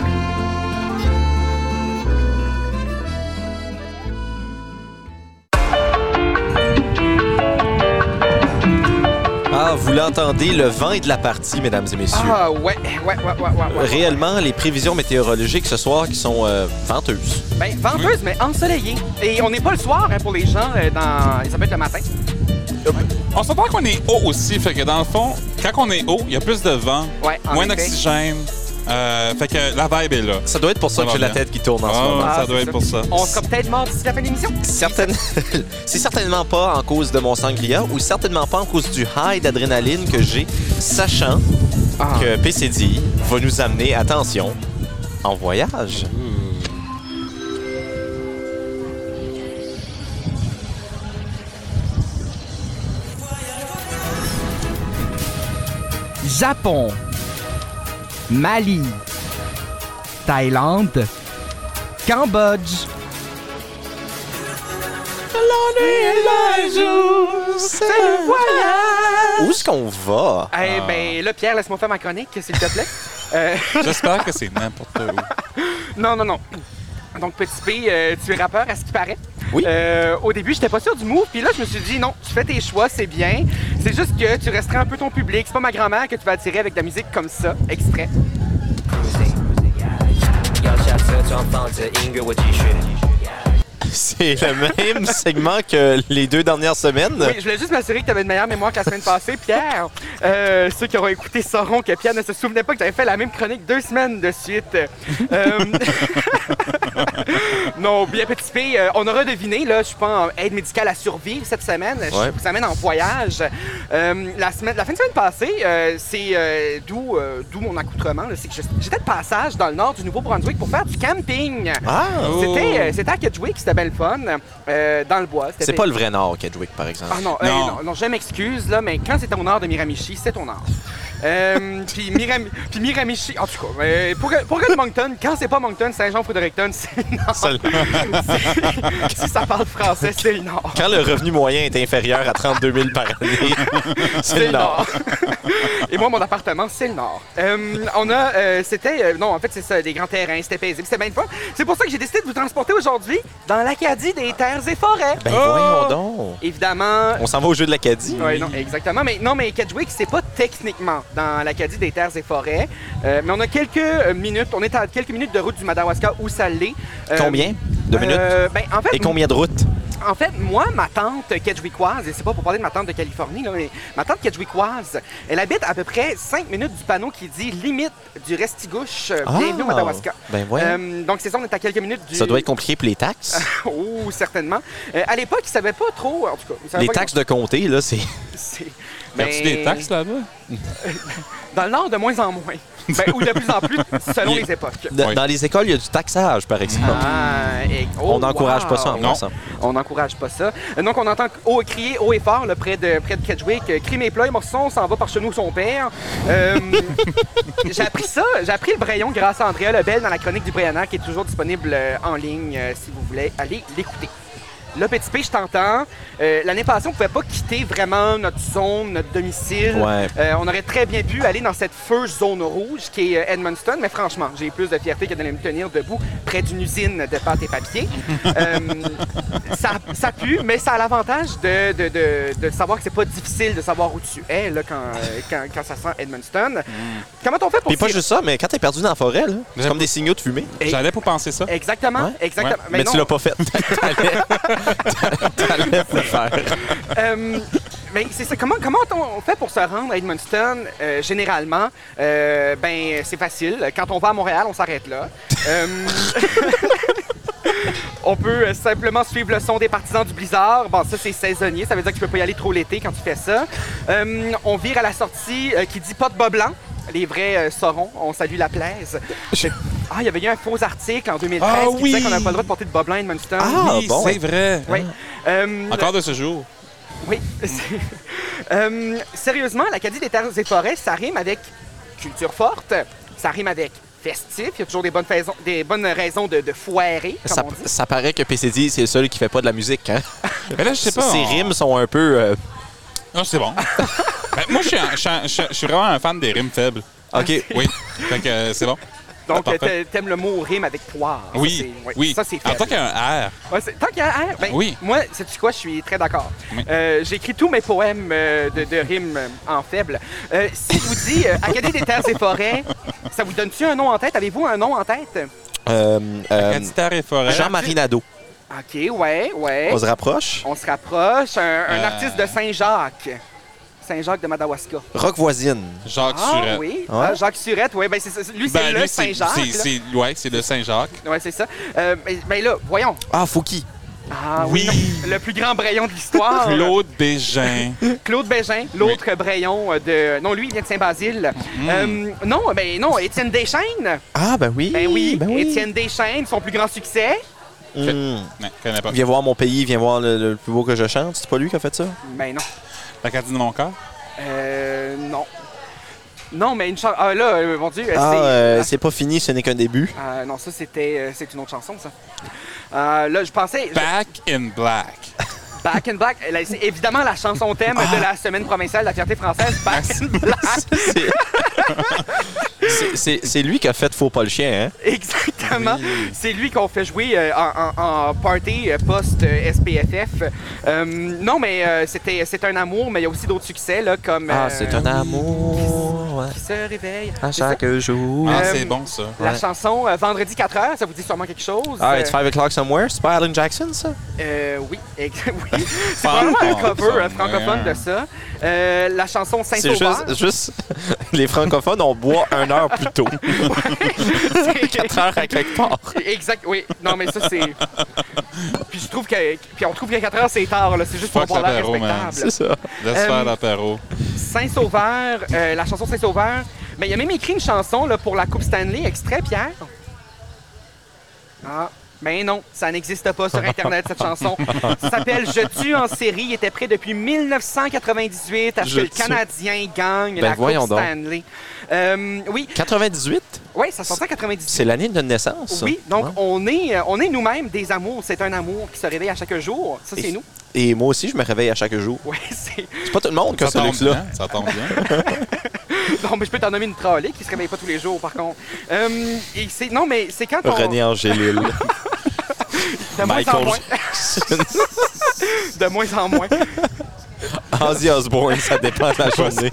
Ah, vous l'entendez, le vent est de la partie, mesdames et messieurs. Ah ouais. Réellement, les prévisions météorologiques ce soir qui sont venteuses. Ben, venteuse, mais ensoleillée. Et on n'est pas le soir hein, pour les gens, ça peut être le matin. On s'entend qu'on est haut aussi, fait que dans le fond, quand on est haut, il y a plus de vent, Ouais, en moins effet. d'oxygène, fait que la vibe est là. Ça doit être pour ça que va j'ai la bien. tête qui tourne en ce moment. Ah, ça c'est doit être pour ça. On sera peut-être mort d'ici la fin de l'émission. C'est certainement pas en cause de mon sangria ou certainement pas en cause du high d'adrénaline que j'ai, sachant que PCD va nous amener, attention, en voyage. Japon, Mali, Thaïlande, Cambodge. Où est-ce qu'on va? Eh ben là, Pierre, laisse-moi faire ma chronique, s'il te plaît. J'espère que c'est n'importe où. Non. Donc, Petit P, tu es rappeur à ce qui paraît. Oui. Au début, j'étais pas sûr du move, puis là, je me suis dit, non, tu fais tes choix, c'est bien. C'est juste que tu resterais un peu ton public. C'est pas ma grand-mère que tu vas attirer avec de la musique comme ça, extrait. C'est le même segment que les 2 dernières semaines. Oui, je voulais juste m'assurer que tu avais une meilleure mémoire que la semaine passée, Pierre. Ceux qui auront écouté sauront que Pierre ne se souvenait pas que j'avais fait la même chronique 2 semaines de suite. Non, bien Petit P, on aura deviné, là, je suis pas en aide médicale à survivre cette semaine. Ouais. Je vous amène en voyage. La fin de semaine passée, c'est d'où mon accoutrement, là, c'est que j'étais de passage dans le nord du Nouveau-Brunswick pour faire du camping. Ah! C'était à Kedgewick, c'était bien le fun, dans le bois. C'est pas le vrai Nord, Kedgewick, par exemple. Ah non, non, je m'excuse, là, mais quand c'était au nord de Miramichi, c'est au nord. Puis Miramichi, en tout cas, pour gars de Moncton, quand c'est pas Moncton, Saint-Jean-Fredericton, c'est nord. Seulement. Si ça parle français, c'est le Nord. Quand le revenu moyen est inférieur à 32 000 par année, c'est le Nord. Et moi, mon appartement, c'est le Nord. On a, non, en fait, c'est ça, des grands terrains, c'était paisible, c'était bien fun. C'est pour ça que j'ai décidé de vous transporter aujourd'hui dans l'Acadie des terres et forêts. Ben voyons donc. Évidemment. On s'en va au jeu de l'Acadie. Oui, non, exactement. Mais Kedgewick, c'est pas techniquement dans l'Acadie des terres et forêts. Mais on a quelques minutes, on est à quelques minutes de route du Madawaska où ça l'est. Combien de minutes? En fait, et combien de routes? En fait, moi, ma tante kedgewickoise, et c'est pas pour parler de ma tante de Californie, là, mais ma tante kedgewickoise, elle habite à peu près 5 minutes du panneau qui dit limite du Restigouche, bienvenue au Madawaska. Ben ouais. Donc c'est ça, on est à quelques minutes du... Ça doit être compliqué pour les taxes. Oh, certainement. À l'époque, ils savaient pas trop, en tout cas. Les taxes de comté, là, c'est... Y a-tu des taxes là-bas? Dans le Nord, de moins en moins. Ben, ou de plus en plus, selon les époques. Dans les écoles, il y a du taxage, par exemple. On n'encourage pas ça en passant. On n'encourage pas ça. Donc, on entend crier haut et fort là, près de Kedgewick. Crie mes plats, morceaux, on s'en va par chez nous, son père. J'ai appris ça. J'ai appris le Braillon grâce à Andrea Lebel dans la chronique du Brayonnaire qui est toujours disponible en ligne si vous voulez aller l'écouter. Là, Petit P, je t'entends. L'année passée, on ne pouvait pas quitter vraiment notre zone, notre domicile. Ouais. On aurait très bien pu aller dans cette fameuse zone rouge qui est Edmundston, mais franchement, j'ai plus de fierté que d'aller me tenir debout près d'une usine de pâte et papier. Ça pue, mais ça a l'avantage de savoir que c'est pas difficile de savoir où tu es là, quand ça sent Edmundston. Comment on fait pour... Puis pas juste ça, mais quand t'es perdu dans la forêt, là, c'est comme des signaux de fumée. J'allais pour penser ça. Exactement, Ouais. exactement. Mais tu l'as pas fait. T'allais le faire. Mais c'est ça. Comment on fait pour se rendre à Edmundston, généralement? C'est facile. Quand on va à Montréal, on s'arrête là. On peut simplement suivre le son des partisans du blizzard. Bon, ça, c'est saisonnier. Ça veut dire que tu peux pas y aller trop l'été quand tu fais ça. On vire à la sortie qui dit « pas de bas blanc ». Les vrais sauront. On salue la plaise. Il y avait eu un faux article en 2013 qui disait qu'on n'avait pas le droit de porter de bas blanc à Edmundston. Oui, bon. c'est vrai. Oui. Encore de ce jour. Oui. Sérieusement, l'Acadie des terres et forêts, ça rime avec culture forte, ça rime avec festif, il y a toujours des bonnes raisons de foirer, comme on dit. Ça paraît que PCD, c'est le seul qui fait pas de la musique, hein? Mais là, je sais pas. Ses rimes sont un peu... Non, c'est bon. Moi, je suis vraiment un fan des rimes faibles. OK. Oui. Fait que c'est bon. Donc, t'aimes le mot rime avec poire. Oui, oui. Ça, c'est En faible. tant qu'il y a un R. Ouais, tant qu'il y a un R, Oui. Moi, sais-tu quoi, je suis très d'accord. Oui. J'écris tous mes poèmes de rimes en faible. Si je vous dis Acadie des terres et forêts, ça vous donne-tu un nom en tête? Avez-vous un nom en tête? Acadie terre et forêt. Jean-Marie Nadeau. OK, ouais. On se rapproche. On se rapproche. Un artiste de Saint-Jacques. Saint-Jacques de Madawaska. Rock voisine. Jacques Surette. Oui. Ouais. Jacques Surette, oui. Ben, c'est ça. Lui, c'est le Saint-Jacques. C'est le Saint-Jacques. Oui, c'est ça. Mais là, voyons. Ah, Fouki. Ah oui. Le plus grand Braillon de l'histoire. Claude Bégin. Claude Bégin, l'autre Braillon de... Non, lui, il vient de Saint-Basile. Non, Étienne Deschaines. Ah, ben oui. Ben oui, ben oui. Étienne Deschaines, son plus grand succès. Non, je connais pas. Viens voir mon pays, viens voir le plus beau que je chante. C'est pas lui qui a fait ça? Ben non. L'Acadie de mon cœur. Non. Non, mais une chanson... Ah là, mon Dieu, c'est pas fini, ce n'est qu'un début. non, ça, c'est une autre chanson, ça. Là, je pensais... Back in Black. Back in Black, c'est évidemment la chanson thème de la semaine provinciale de la fierté française, Back in Black. C'est lui qui a fait Faut pas le chien, hein? Exactement. Oui. C'est lui qu'on fait jouer en party post-SPFF. Non, mais c'est un amour, mais il y a aussi d'autres succès, là, comme... c'est un amour qui se réveille. à chaque jour. C'est bon, ça. La chanson Vendredi 4h, ça vous dit sûrement quelque chose? It's 5 o'clock somewhere. C'est pas Alan Jackson, ça? Oui. Oui. C'est vraiment un cover francophone de ça. La chanson Saint-Sauveur. C'est juste les francophones, on boit 1 heure plus tôt. 4 heures à quelque part. Exact, oui. Non, mais ça, c'est... Puis je trouve que... Puis on trouve que 4 heures, c'est tard, là. C'est juste pour avoir l'air respectable. C'est ça. Laisse faire l'apéro. Saint-Sauveur, la chanson Saint-Sauveur. Mais il a même écrit une chanson là, pour la Coupe Stanley. Extrait, Pierre? Ben non, ça n'existe pas sur Internet, cette chanson. Ça s'appelle « Je tue en série ». Il était prêt depuis 1998 à ce que le Canadien gagne la Coupe Stanley. Oui. 98? Oui, ça sort en 98. C'est l'année de notre naissance. Oui, donc Ouais. on est nous-mêmes des amours. C'est un amour qui se réveille à chaque jour. Ça, c'est nous. Et moi aussi, je me réveille à chaque jour. Oui, c'est... C'est pas tout le monde qui a Ça ce tombe luxe-là. bien. Ça tombe bien. Non, mais je peux t'en nommer une trolley qui se réveille pas tous les jours, par contre. Et c'est... Non, mais c'est quand on... René Angélil. De moins en Michael moins. Jackson. De moins en moins. Ozzy Osbourne, ça dépend de la journée.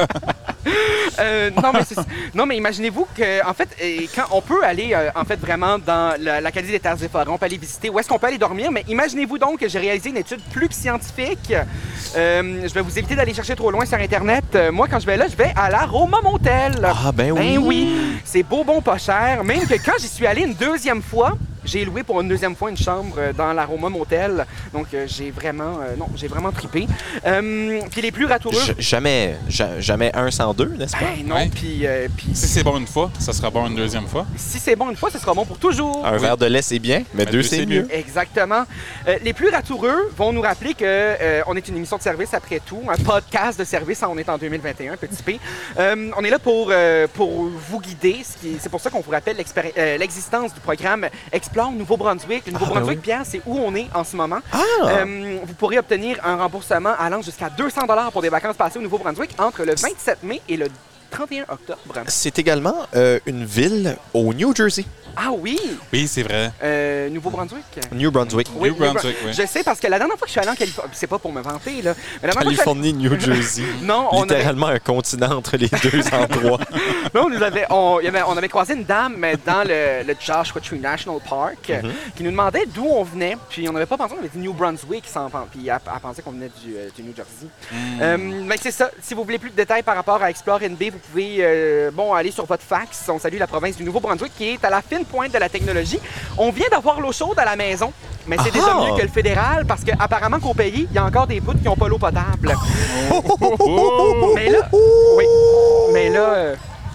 Non, mais imaginez-vous que, en fait, quand on peut aller, en fait, vraiment dans l'Acadie des Terres et Forêts, on peut aller visiter, où est-ce qu'on peut aller dormir, mais imaginez-vous donc que j'ai réalisé une étude plus que scientifique. Je vais vous éviter d'aller chercher trop loin sur Internet. Moi, quand je vais là, je vais à la Roma Motel. Ah, ben oui. Ben oui, c'est beau, bon, pas cher. Même que quand j'y suis allé une deuxième fois, j'ai loué pour une deuxième fois une chambre dans la Roma Motel. Donc, j'ai vraiment trippé. Puis les plus ratoureux... Jamais un sans deux, n'est-ce pas? Ben non, Ouais. puis Si c'est bon une fois, ça sera bon une deuxième fois. si c'est bon une fois, ce sera bon pour toujours. Un verre de lait, c'est bien, mais deux, c'est mieux. Exactement. Les plus ratoureux vont nous rappeler que on est une émission de service après tout, un podcast de service. On est en 2021, petit P. On est là pour vous guider. C'est pour ça qu'on vous rappelle l'existence du programme Explore Nouveau-Brunswick. Le Nouveau-Brunswick, oui. Pierre, c'est où on est en ce moment. Ah! Vous pourrez obtenir un remboursement allant jusqu'à 200 $ pour des vacances passées au Nouveau-Brunswick entre le 27 mai et le 31 octobre. C'est également une ville au New Jersey. Ah oui! Oui, c'est vrai. Nouveau-Brunswick? New Brunswick. Oui, New Brunswick, oui. Je sais parce que la dernière fois que je suis allé en Californie, c'est pas pour me vanter, là. Mais la dernière fois que Californie, New Jersey. Non, on avait, Littéralement un continent entre les deux endroits. non, on avait croisé une dame dans le Joshua Tree National Park qui nous demandait d'où on venait. Puis on n'avait pas pensé, on avait dit New Brunswick, puis elle pensait qu'on venait du New Jersey. Mais c'est ça. Si vous voulez plus de détails par rapport à Explore NB, vous pouvez aller sur votre fax. On salue la province du Nouveau-Brunswick qui est à la fine pointe de la technologie. On vient d'avoir l'eau chaude à la maison, mais c'est déjà mieux que le fédéral parce qu'apparemment qu'au pays, il y a encore des bouts qui n'ont pas l'eau potable. Mais là, oui, mais là...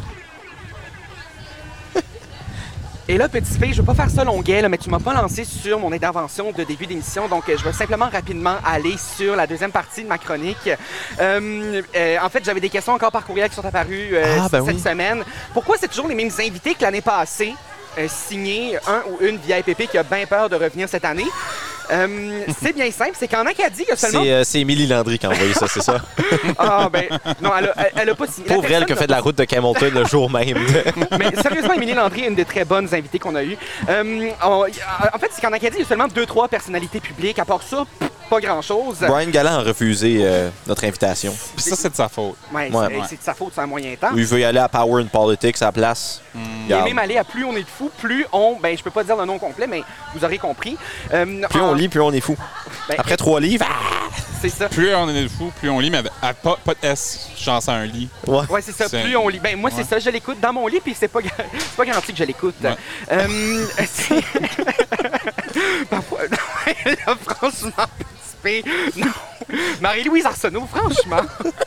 Et là, petit P, je veux pas faire ça longuet, là, mais tu m'as pas lancé sur mon intervention de début d'émission, donc je vais simplement rapidement aller sur la deuxième partie de ma chronique. En fait, j'avais des questions encore par courriel qui sont apparues cette semaine. Pourquoi c'est toujours les mêmes invités que l'année passée? Signé un ou une VIPP qui a bien peur de revenir cette année. C'est bien simple, c'est qu'en Acadie, il y a seulement... C'est Émilie Landry qui a envoyé ça, c'est ça? Ah, ben, non, elle a pas signé. Pauvre elle qui a fait de la route de Camelton le jour même. Mais sérieusement, Émilie Landry est une des très bonnes invitées qu'on a eues. En fait, c'est qu'en Acadie, il y a seulement 2-3 personnalités publiques. À part ça, pas grand-chose. Brian Galland a refusé notre invitation. Puis ça, c'est de sa faute. Ouais, Ouais. c'est de sa faute, c'est un moyen temps. Il veut y aller à Power and Politics à la place. Il est même allé à Plus on est de fou, plus on... Ben, je peux pas dire le nom complet, mais vous aurez compris. Plus on lit, plus on est fou. Ben, Après 3 livres, c'est ça. Plus on est fou, plus on lit, mais avec pas de S, genre c'est un lit. Ouais, c'est ça. C'est- Plus on lit. Ben, moi, c'est Ouais. ça. Je l'écoute dans mon lit, puis c'est pas garanti que je l'écoute. Ouais. Parfois, là, franchement, petit P, non. Marie-Louise Arsenault, franchement.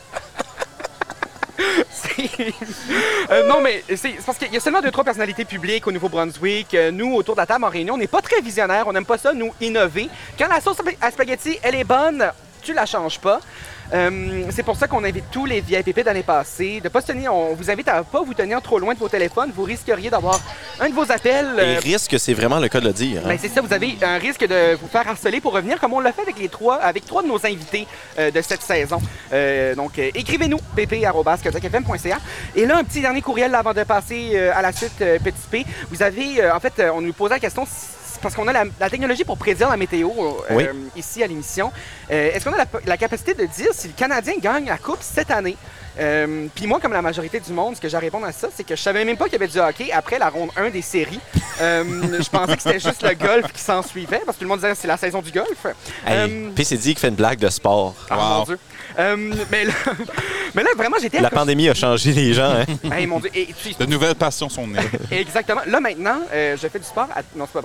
Non, mais c'est parce qu'il y a seulement 2-3 personnalités publiques au Nouveau-Brunswick. Nous, autour de la table en réunion, on n'est pas très visionnaires. On n'aime pas ça, nous, innover. Quand la sauce à spaghetti, elle est bonne, tu la changes pas. C'est pour ça qu'on invite tous les VIPP d'année passée de pas se tenir. On vous invite à pas vous tenir trop loin de vos téléphones. Vous risqueriez d'avoir un de vos appels. et risque, c'est vraiment le cas de le dire. hein. Ben, c'est ça, vous avez un risque de vous faire harceler pour revenir, comme on l'a fait avec trois de nos invités de cette saison. Donc, écrivez-nous, pp@kazakfm.ca. Et là, un petit dernier courriel là, avant de passer à la suite, petit P. Vous avez, en fait, on nous posait la question, parce qu'on a la technologie pour prédire la météo Oui. ici à l'émission. Est-ce qu'on a la capacité de dire si le Canadien gagne la Coupe cette année? Puis moi, comme la majorité du monde, ce que j'ai à répondre à ça, c'est que je savais même pas qu'il y avait du hockey après la ronde 1 des séries. Je pensais que c'était juste le golf qui s'en suivait, parce que tout le monde disait que c'est la saison du golf. Hey, PCD qui fait une blague de sport. Ah, mon Dieu. Mais là, vraiment, j'étais... La pandémie a changé les gens. Hein? Hey, mon Dieu. De nouvelles passions sont nées. Exactement. Là, maintenant, je fais du sport. Non, c'est pas vrai.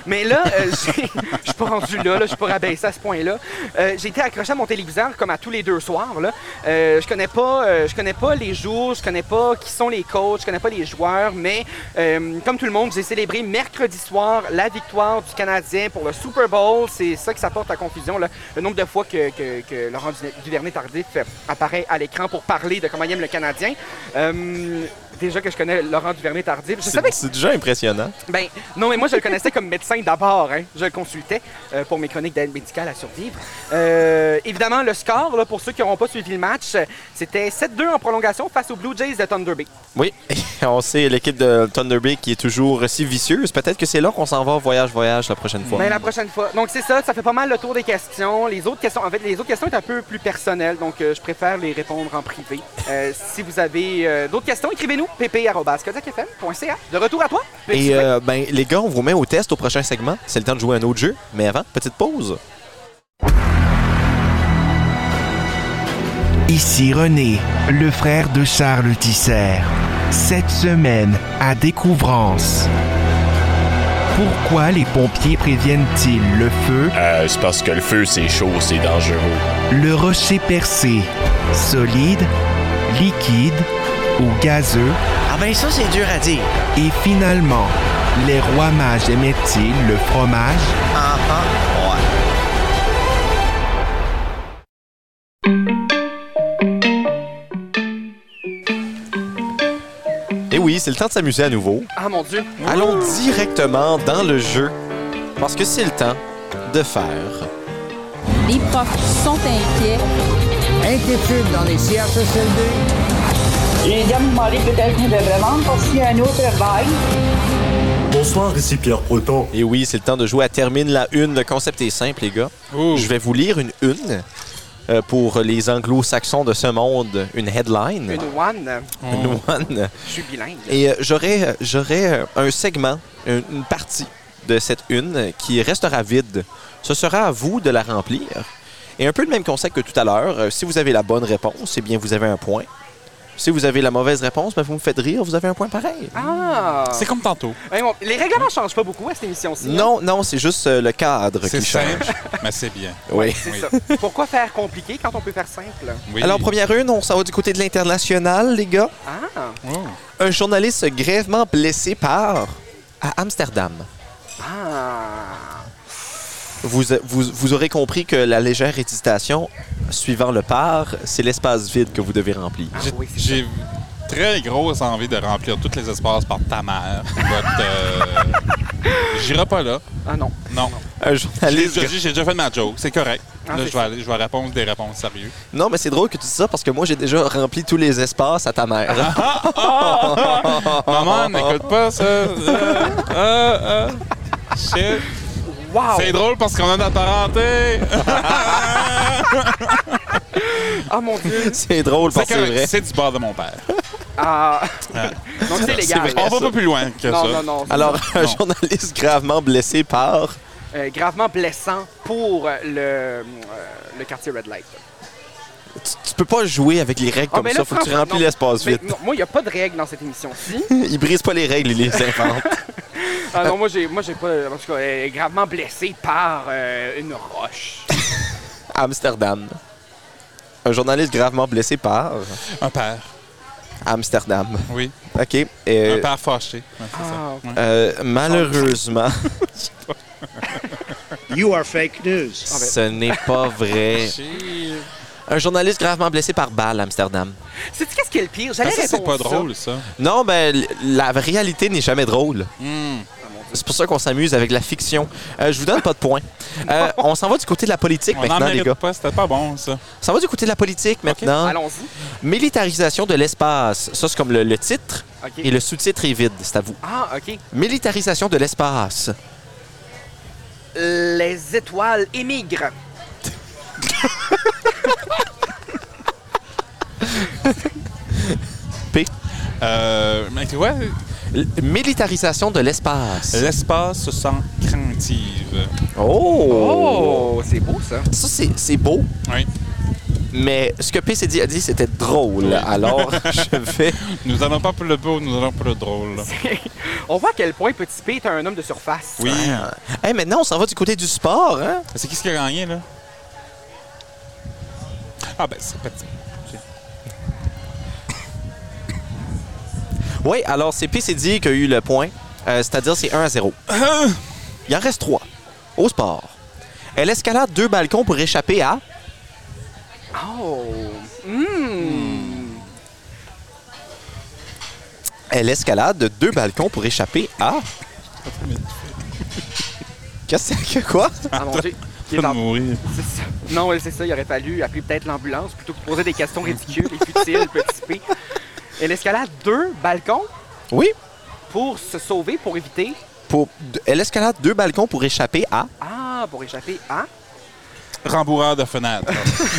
Mais là, je suis pas rendu là, je suis pas rabaissé à ce point-là. J'ai été accroché à mon téléviseur comme à tous les 2 soirs. Là. Je connais pas les jours, je connais pas qui sont les coachs, je connais pas les joueurs, mais comme tout le monde, j'ai célébré mercredi soir la victoire du Canadien pour le Super Bowl. C'est ça qui s'apporte à confusion, là. Le nombre de fois que Laurent Duvernay-Tardif apparaît à l'écran pour parler de comment il aime le Canadien. Déjà que je connais Laurent Duvernay-Tardif. C'est déjà impressionnant. Ben, non, mais moi, je le connaissais comme médecin d'abord. Hein. Je le consultais pour mes chroniques d'aide médicale à survivre. Évidemment, le score, là, pour ceux qui n'auront pas suivi le match, c'était 7-2 en prolongation face aux Blue Jays de Thunder Bay. Oui, on sait l'équipe de Thunder Bay qui est toujours si vicieuse. Peut-être que c'est là qu'on s'en va voyage la prochaine fois. Ben, la prochaine fois. Donc, c'est ça fait pas mal le tour des questions. Les autres questions, en fait, les autres questions sont un peu plus personnelles, donc je préfère les répondre en privé. Si vous avez d'autres questions, écrivez-nous pp@kodiakfm.ca. De retour à toi. Et ben, les gars, on vous met au test au prochain segment. C'est le temps de jouer un autre jeu. Mais avant, petite pause. Ici René, le frère de Charles Tisser. Cette semaine, à Découvrance. Pourquoi les pompiers préviennent-ils le feu? C'est parce que le feu, c'est chaud, c'est dangereux. Le rocher percé, solide, liquide ou gazeux? Ah ben ça, c'est dur à dire. Et finalement, les rois mages aimaient-ils le fromage? Et oui, c'est le temps de s'amuser à nouveau. Ah mon Dieu. Allons directement dans le jeu parce que c'est le temps de faire. Les profs sont inquiets. Inquiétude dans les CHSLD. Les gars me demandaient peut-être de vraiment passer à un autre bail. Bonsoir, ici Pierre Proton. Et oui, c'est le temps de jouer à Termine la Une. Le concept est simple, les gars. Je vais vous lire une une. Pour les anglo-saxons de ce monde, une headline. Une one. Une one. Je suis bilingue. Et j'aurai un segment, une partie de cette une qui restera vide. Ce sera à vous de la remplir. Et un peu le même concept que tout à l'heure. Si vous avez la bonne réponse, eh bien, vous avez un point. Si vous avez la mauvaise réponse, ben vous me faites rire, vous avez un point pareil. Ah! C'est comme tantôt. Bon, les règlements ne changent pas beaucoup à cette émission-ci. Non, non, c'est juste le cadre qui change. C'est simple, mais c'est bien. Oui. C'est ça. Pourquoi faire compliqué quand on peut faire simple? Oui. Alors, première une, on s'en va du côté de l'international, les gars. Ah! Oh. Un journaliste grièvement blessé part à Amsterdam. Ah! Vous aurez compris que la légère hésitation suivant le par, c'est l'espace vide que vous devez remplir. Ah, oui, J'ai très grosse envie de remplir tous les espaces par ta mère. J'irai pas là. Ah non. Non. Un journaliste... J'ai déjà fait ma joke, c'est correct. Ah, là, je vais répondre des réponses sérieuses. Non, mais c'est drôle que tu dis ça parce que moi, j'ai déjà rempli tous les espaces à ta mère. Maman, n'écoute pas ça. Shit. Wow. C'est drôle parce qu'on a de la parenté. Ah mon Dieu. C'est drôle parce que c'est vrai. C'est du bord de mon père. Ah. Donc c'est légal. vrai. On va pas plus loin que ça. Non. Alors, un journaliste gravement blessé par... gravement blessant pour le quartier Red Light. Tu peux pas jouer avec les règles comme mais ça. là, Faut que tu remplis l'espace vite. Non, moi, il n'y a pas de règles dans cette émission-ci. Il brise pas les règles, il les invente. Ah non, moi, j'ai pas... En tout cas, gravement blessé par une roche. Amsterdam. Un journaliste gravement blessé par... Un père. Amsterdam. Oui. OK. Un père fâché. Ouais, c'est ça. Ouais. Malheureusement... You are fake news. Ce n'est pas vrai. Un journaliste gravement blessé par balle à Amsterdam. Sais-tu qu'est-ce qui est le pire? J'allais Ça, c'est répondre pas drôle, ça. Non, ben, la réalité n'est jamais drôle. C'est pour ça qu'on s'amuse avec la fiction. Je vous donne pas de points. On s'en va du côté de la politique maintenant, les gars. Pas, c'était pas bon, ça. On s'en va du côté de la politique maintenant. Allons-y. Militarisation de l'espace. Ça, c'est comme le titre. Okay. Et le sous-titre est vide. C'est à vous. Ah, OK. Militarisation de l'espace. Les étoiles émigrent. P. Mais ouais. Militarisation de l'espace. L'espace se sent craintive. Oh! Oh, c'est beau, ça. Ça, c'est beau. Oui. Mais ce que PCD a dit, c'était drôle. Alors, je vais... Nous allons pas pour le beau, nous allons pour le drôle. On voit à quel point Petit P est un homme de surface. Oui. Hey, maintenant, on s'en va du côté du sport, hein? C'est qui a gagné, là? Ah, ben, c'est Petit. Oui, alors c'est PCD qui a eu le point. C'est-à-dire, c'est 1-0. Il en reste 3. Au sport. Elle escalade 2 balcons pour échapper à... Oh! Elle escalade 2 balcons pour échapper à... Qu'est-ce que quoi? Ah mon Dieu! Il va mourir. C'est ça. Non, c'est ça. Il aurait fallu appeler peut-être l'ambulance plutôt que de poser des questions ridicules et futiles, Petit P. Elle escalade 2 balcons? Oui. Pour se sauver, pour éviter? Elle escalade 2 balcons pour échapper à... Ah, pour échapper à... Rembourreur de fenêtre.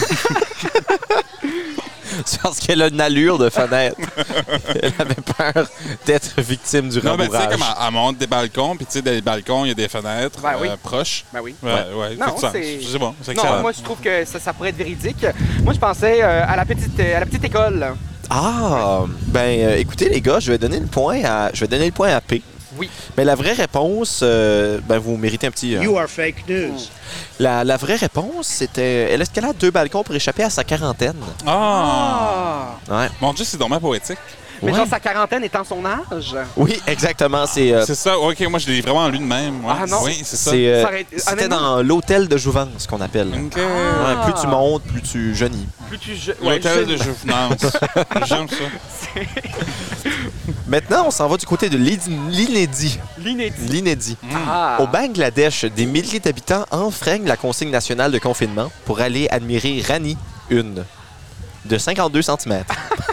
C'est parce qu'elle a une allure de fenêtre. Elle avait peur d'être victime du rembourrage. Non, mais tu sais, comme elle monte des balcons, puis tu sais, des balcons, il y a des fenêtres proches. Ben oui. Ouais. Non, c'est bon, c'est excellent. Non, moi, je trouve que ça pourrait être véridique. Moi, je pensais à la petite école. Ah, ben, écoutez, les gars, je vais donner le point à P. Oui. Mais la vraie réponse, ben, vous méritez un petit... You are fake news. La vraie réponse, c'était... Elle escalade 2 balcons pour échapper à sa quarantaine. Ah! Ouais. Mon Dieu, c'est dommlement poétique. Mais genre, sa quarantaine étant son âge? Oui, exactement. C'est ça. OK, moi, je l'ai vraiment lu de même. Ouais. Ah non? Oui, c'est ça. C'était dans l'hôtel de jouvence, qu'on appelle. OK. Ouais, plus tu montes, plus tu jeunis. L'hôtel de jouvence. J'aime ça. Maintenant, on s'en va du côté de l'inédit. L'inédit. Au Bangladesh, des milliers d'habitants enfreignent la consigne nationale de confinement pour aller admirer Rani, une, de 52 cm.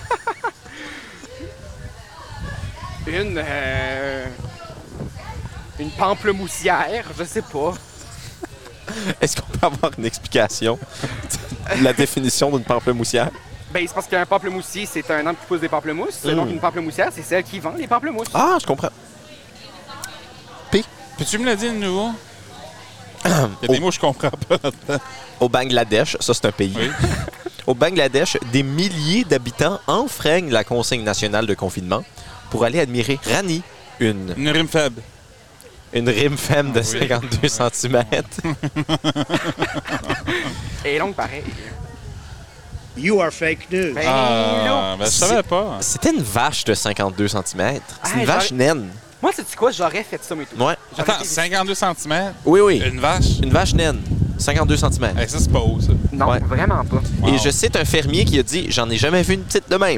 Une pamplemoussière, je sais pas. Est-ce qu'on peut avoir une explication de la définition d'une pamplemoussière? Ben, c'est parce qu'un pamplemoussier, c'est un arbre qui pousse des pamplemousses. Donc, une pamplemoussière, c'est celle qui vend les pamplemousses. Ah, je comprends. P. Peux-tu me le dire de nouveau? Il y a des mots que je comprends pas là-dedans. Au Bangladesh, ça, c'est un pays. Oui. Au Bangladesh, des milliers d'habitants enfreignent la consigne nationale de confinement pour aller admirer Rani, une rime faible. Une rime femme de 52 cm. Et longue pareil. You are fake news. Ben, je savais pas. C'était une vache de 52 cm. C'est une vache naine. Moi, sais-tu quoi? J'aurais fait ça, mais tout. Ouais. Attends, 52 cm? Oui. Une vache? Une vache naine. 52 cm. Hey, ça, c'est pas haut, ça. Non, vraiment pas. Wow. Et je cite un fermier qui a dit « J'en ai jamais vu une petite de même. »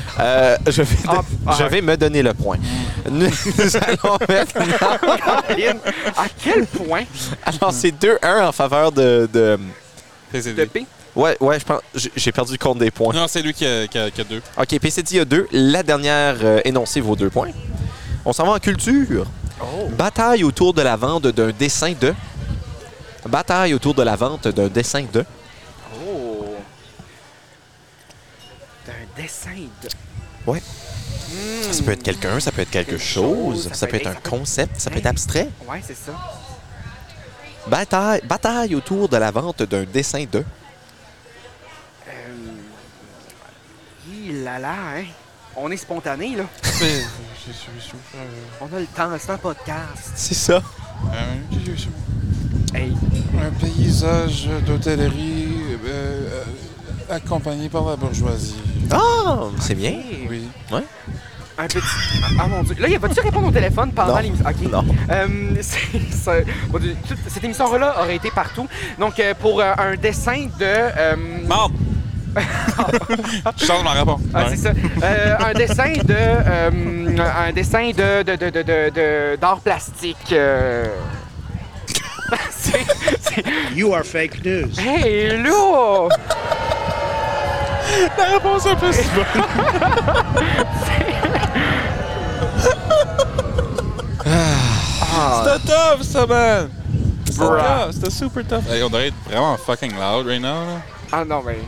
Je vais me donner le point. Nous allons maintenant... À quel point? Alors, c'est 2-1 en faveur de P? Ouais, je pense. J'ai perdu le compte des points. Non, c'est lui qui a 2. OK, PCD a 2. La dernière énoncée vaut 2 points. On s'en va en culture. Oh. Bataille autour de la vente d'un dessin de... Bataille autour de la vente d'un dessin de... Oh! D'un dessin de... Ouais. Ça peut être quelqu'un, ça peut être quelque chose, ça peut être un concept, ça peut être abstrait. Ouais, c'est ça. Bataille autour de la vente d'un dessin de... hein? On est spontané, là. On a le temps, c'est un podcast. C'est ça. Hey. Un paysage d'hôtellerie accompagné par la bourgeoisie. Ah, c'est bien. Oui. Ouais. Un petit... Ah, mon Dieu. Là, vas-tu répondre au téléphone pendant l'émission? OK. Non. Cette émission-là aurait été partout. Donc, pour un dessin de... Mort! Je change ma réponse. Ah, c'est ça. Un dessin de... un dessin d'art plastique. You are fake news. Hey, là! La réponse est un peu si bonne. C'était tough, ça, man! C'était super tough. Hey, on devrait être vraiment fucking loud right now, là. Ah non, mais...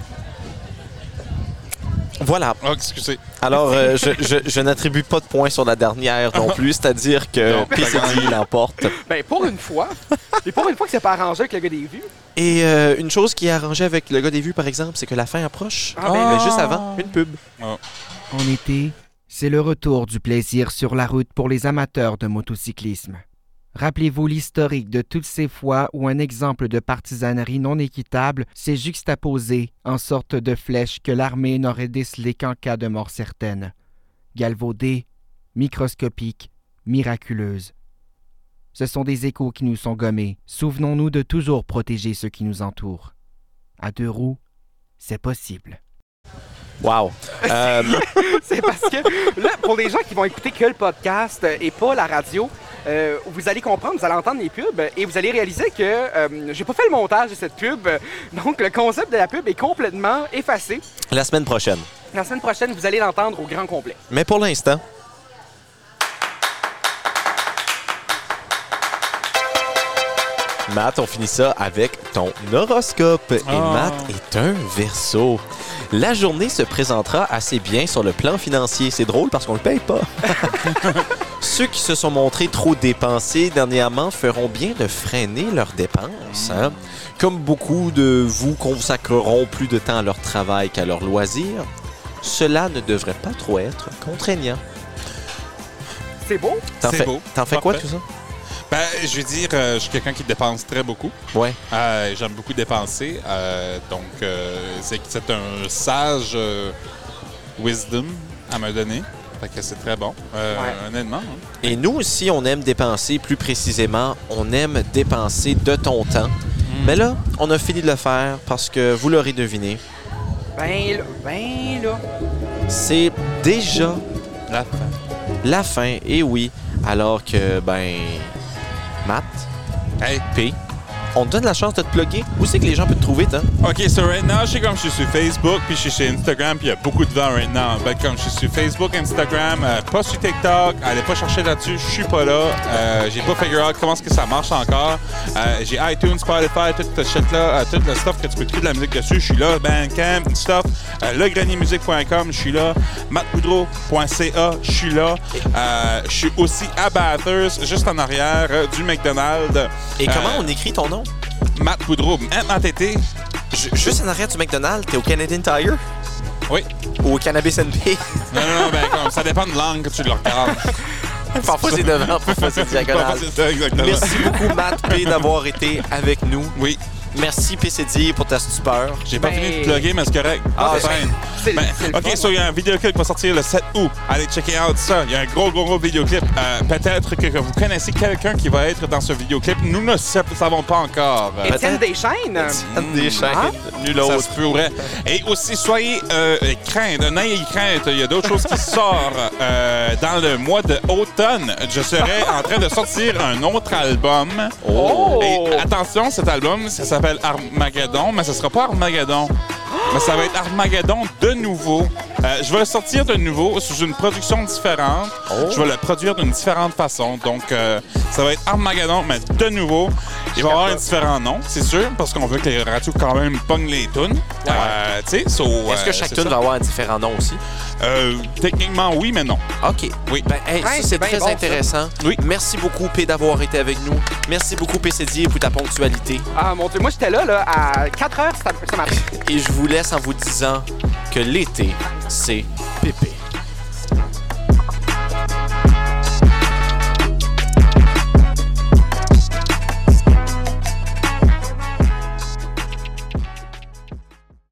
Voilà. Oh, excusez. Alors, je n'attribue pas de points sur la dernière non plus, c'est-à-dire que PCD l'emporte. Ben, pour une fois, Et pour une fois que c'est pas arrangé avec le gars des vues. Et une chose qui est arrangée avec le gars des vues, par exemple, c'est que la fin approche. Ah, Juste avant, une pub. En été, c'est le retour du plaisir sur la route pour les amateurs de motocyclisme. Rappelez-vous l'historique de toutes ces fois où un exemple de partisanerie non équitable s'est juxtaposé en sorte de flèche que l'armée n'aurait décelé qu'en cas de mort certaine. Galvaudée, microscopique, miraculeuse. Ce sont des échos qui nous sont gommés. Souvenons-nous de toujours protéger ceux qui nous entourent. À 2 roues, c'est possible. Wow! C'est parce que, là, pour les gens qui vont écouter que le podcast et pas la radio, vous allez comprendre, vous allez entendre les pubs et vous allez réaliser que j'ai pas fait le montage de cette pub. Donc, le concept de la pub est complètement effacé. La semaine prochaine. La semaine prochaine, vous allez l'entendre au grand complet. Mais pour l'instant... Matt, on finit ça avec ton horoscope. Et Matt est un Verseau. La journée se présentera assez bien sur le plan financier. C'est drôle parce qu'on le paye pas. Ceux qui se sont montrés trop dépensés dernièrement feront bien de freiner leurs dépenses. Hein? Comme beaucoup de vous consacreront plus de temps à leur travail qu'à leur loisir, cela ne devrait pas trop être contraignant. C'est beau? T'en fais quoi, tout ça? Ben, je veux dire, je suis quelqu'un qui dépense très beaucoup. Ouais. J'aime beaucoup dépenser. Donc, c'est un sage wisdom à me donner. Fait que c'est très bon, honnêtement. Hein. Et nous aussi, on aime dépenser. Plus précisément, on aime dépenser de ton temps. Mais là, on a fini de le faire parce que vous l'aurez deviné. Ben là. C'est déjà la fin. La fin, et oui. Alors que, Matt, hey, P, on te donne la chance de te plugger. Où c'est que les gens peuvent te trouver, toi? OK, so right now, je suis comme je suis sur Facebook, puis je suis sur Instagram, puis il y a beaucoup de vent right now. Ben, comme je suis sur Facebook, Instagram, pas sur TikTok, allez pas chercher là-dessus, je suis pas là. J'ai pas figure out comment est-ce que ça marche encore. J'ai iTunes, Spotify, tout ce shit-là, tout le stuff que tu peux écouter de la musique dessus, je suis là. Bandcamp, stuff. Legreniermusique.com, je suis là. mattboudreau.ca, je suis là. Je suis aussi à Bathurst, juste en arrière du McDonald's. Et comment on écrit ton nom? Matt Boudreau, M-A-T-T. Juste en arrière du McDonald's, t'es au Canadian Tire? Oui. Ou au Cannabis NP? Non, comme ça dépend de l'angle que tu le regardes. Parfois c'est devant, parfois c'est diagonal. Parfois c'est ça, exactement. Merci beaucoup, Matt P, d'avoir été avec nous. Oui. Merci, PCD, pour ta stupeur. J'ai pas fini de plugger, mais c'est correct. OK, so il y a un vidéoclip qui va sortir le 7 août. Allez checker out ça. Il y a un gros vidéoclip. Peut-être que vous connaissez quelqu'un qui va être dans ce vidéoclip. Nous ne savons pas encore. Étienne Deschaines. Étienne Deschaines. Nul autre. Ça se pourrait. Et aussi, soyez n'ayez crainte. Il y a d'autres choses qui sortent. Dans le mois d'automne, je serai en train de sortir un autre album. Oh! Et attention, cet album, ça s'appelle Armageddon, mais ce sera pas Armageddon. Mais ça va être Armageddon de nouveau. Je vais le sortir de nouveau sous une production différente. Oh. Je vais le produire d'une différente façon. Donc, ça va être Armageddon, mais de nouveau. Il va y avoir un différent nom, c'est sûr, parce qu'on veut que les radios quand même pognent les tunes. Est-ce que chaque tune va avoir un différent nom aussi? Techniquement, oui, mais non. OK. Oui. C'est très intéressant. Oui. Merci beaucoup, P, d'avoir été avec nous. Merci beaucoup, PCD, pour ta ponctualité. Ah, mon Dieu, moi, j'étais là à 4 heures, ça marche. Et je vous laisse en vous disant que l'été, c'est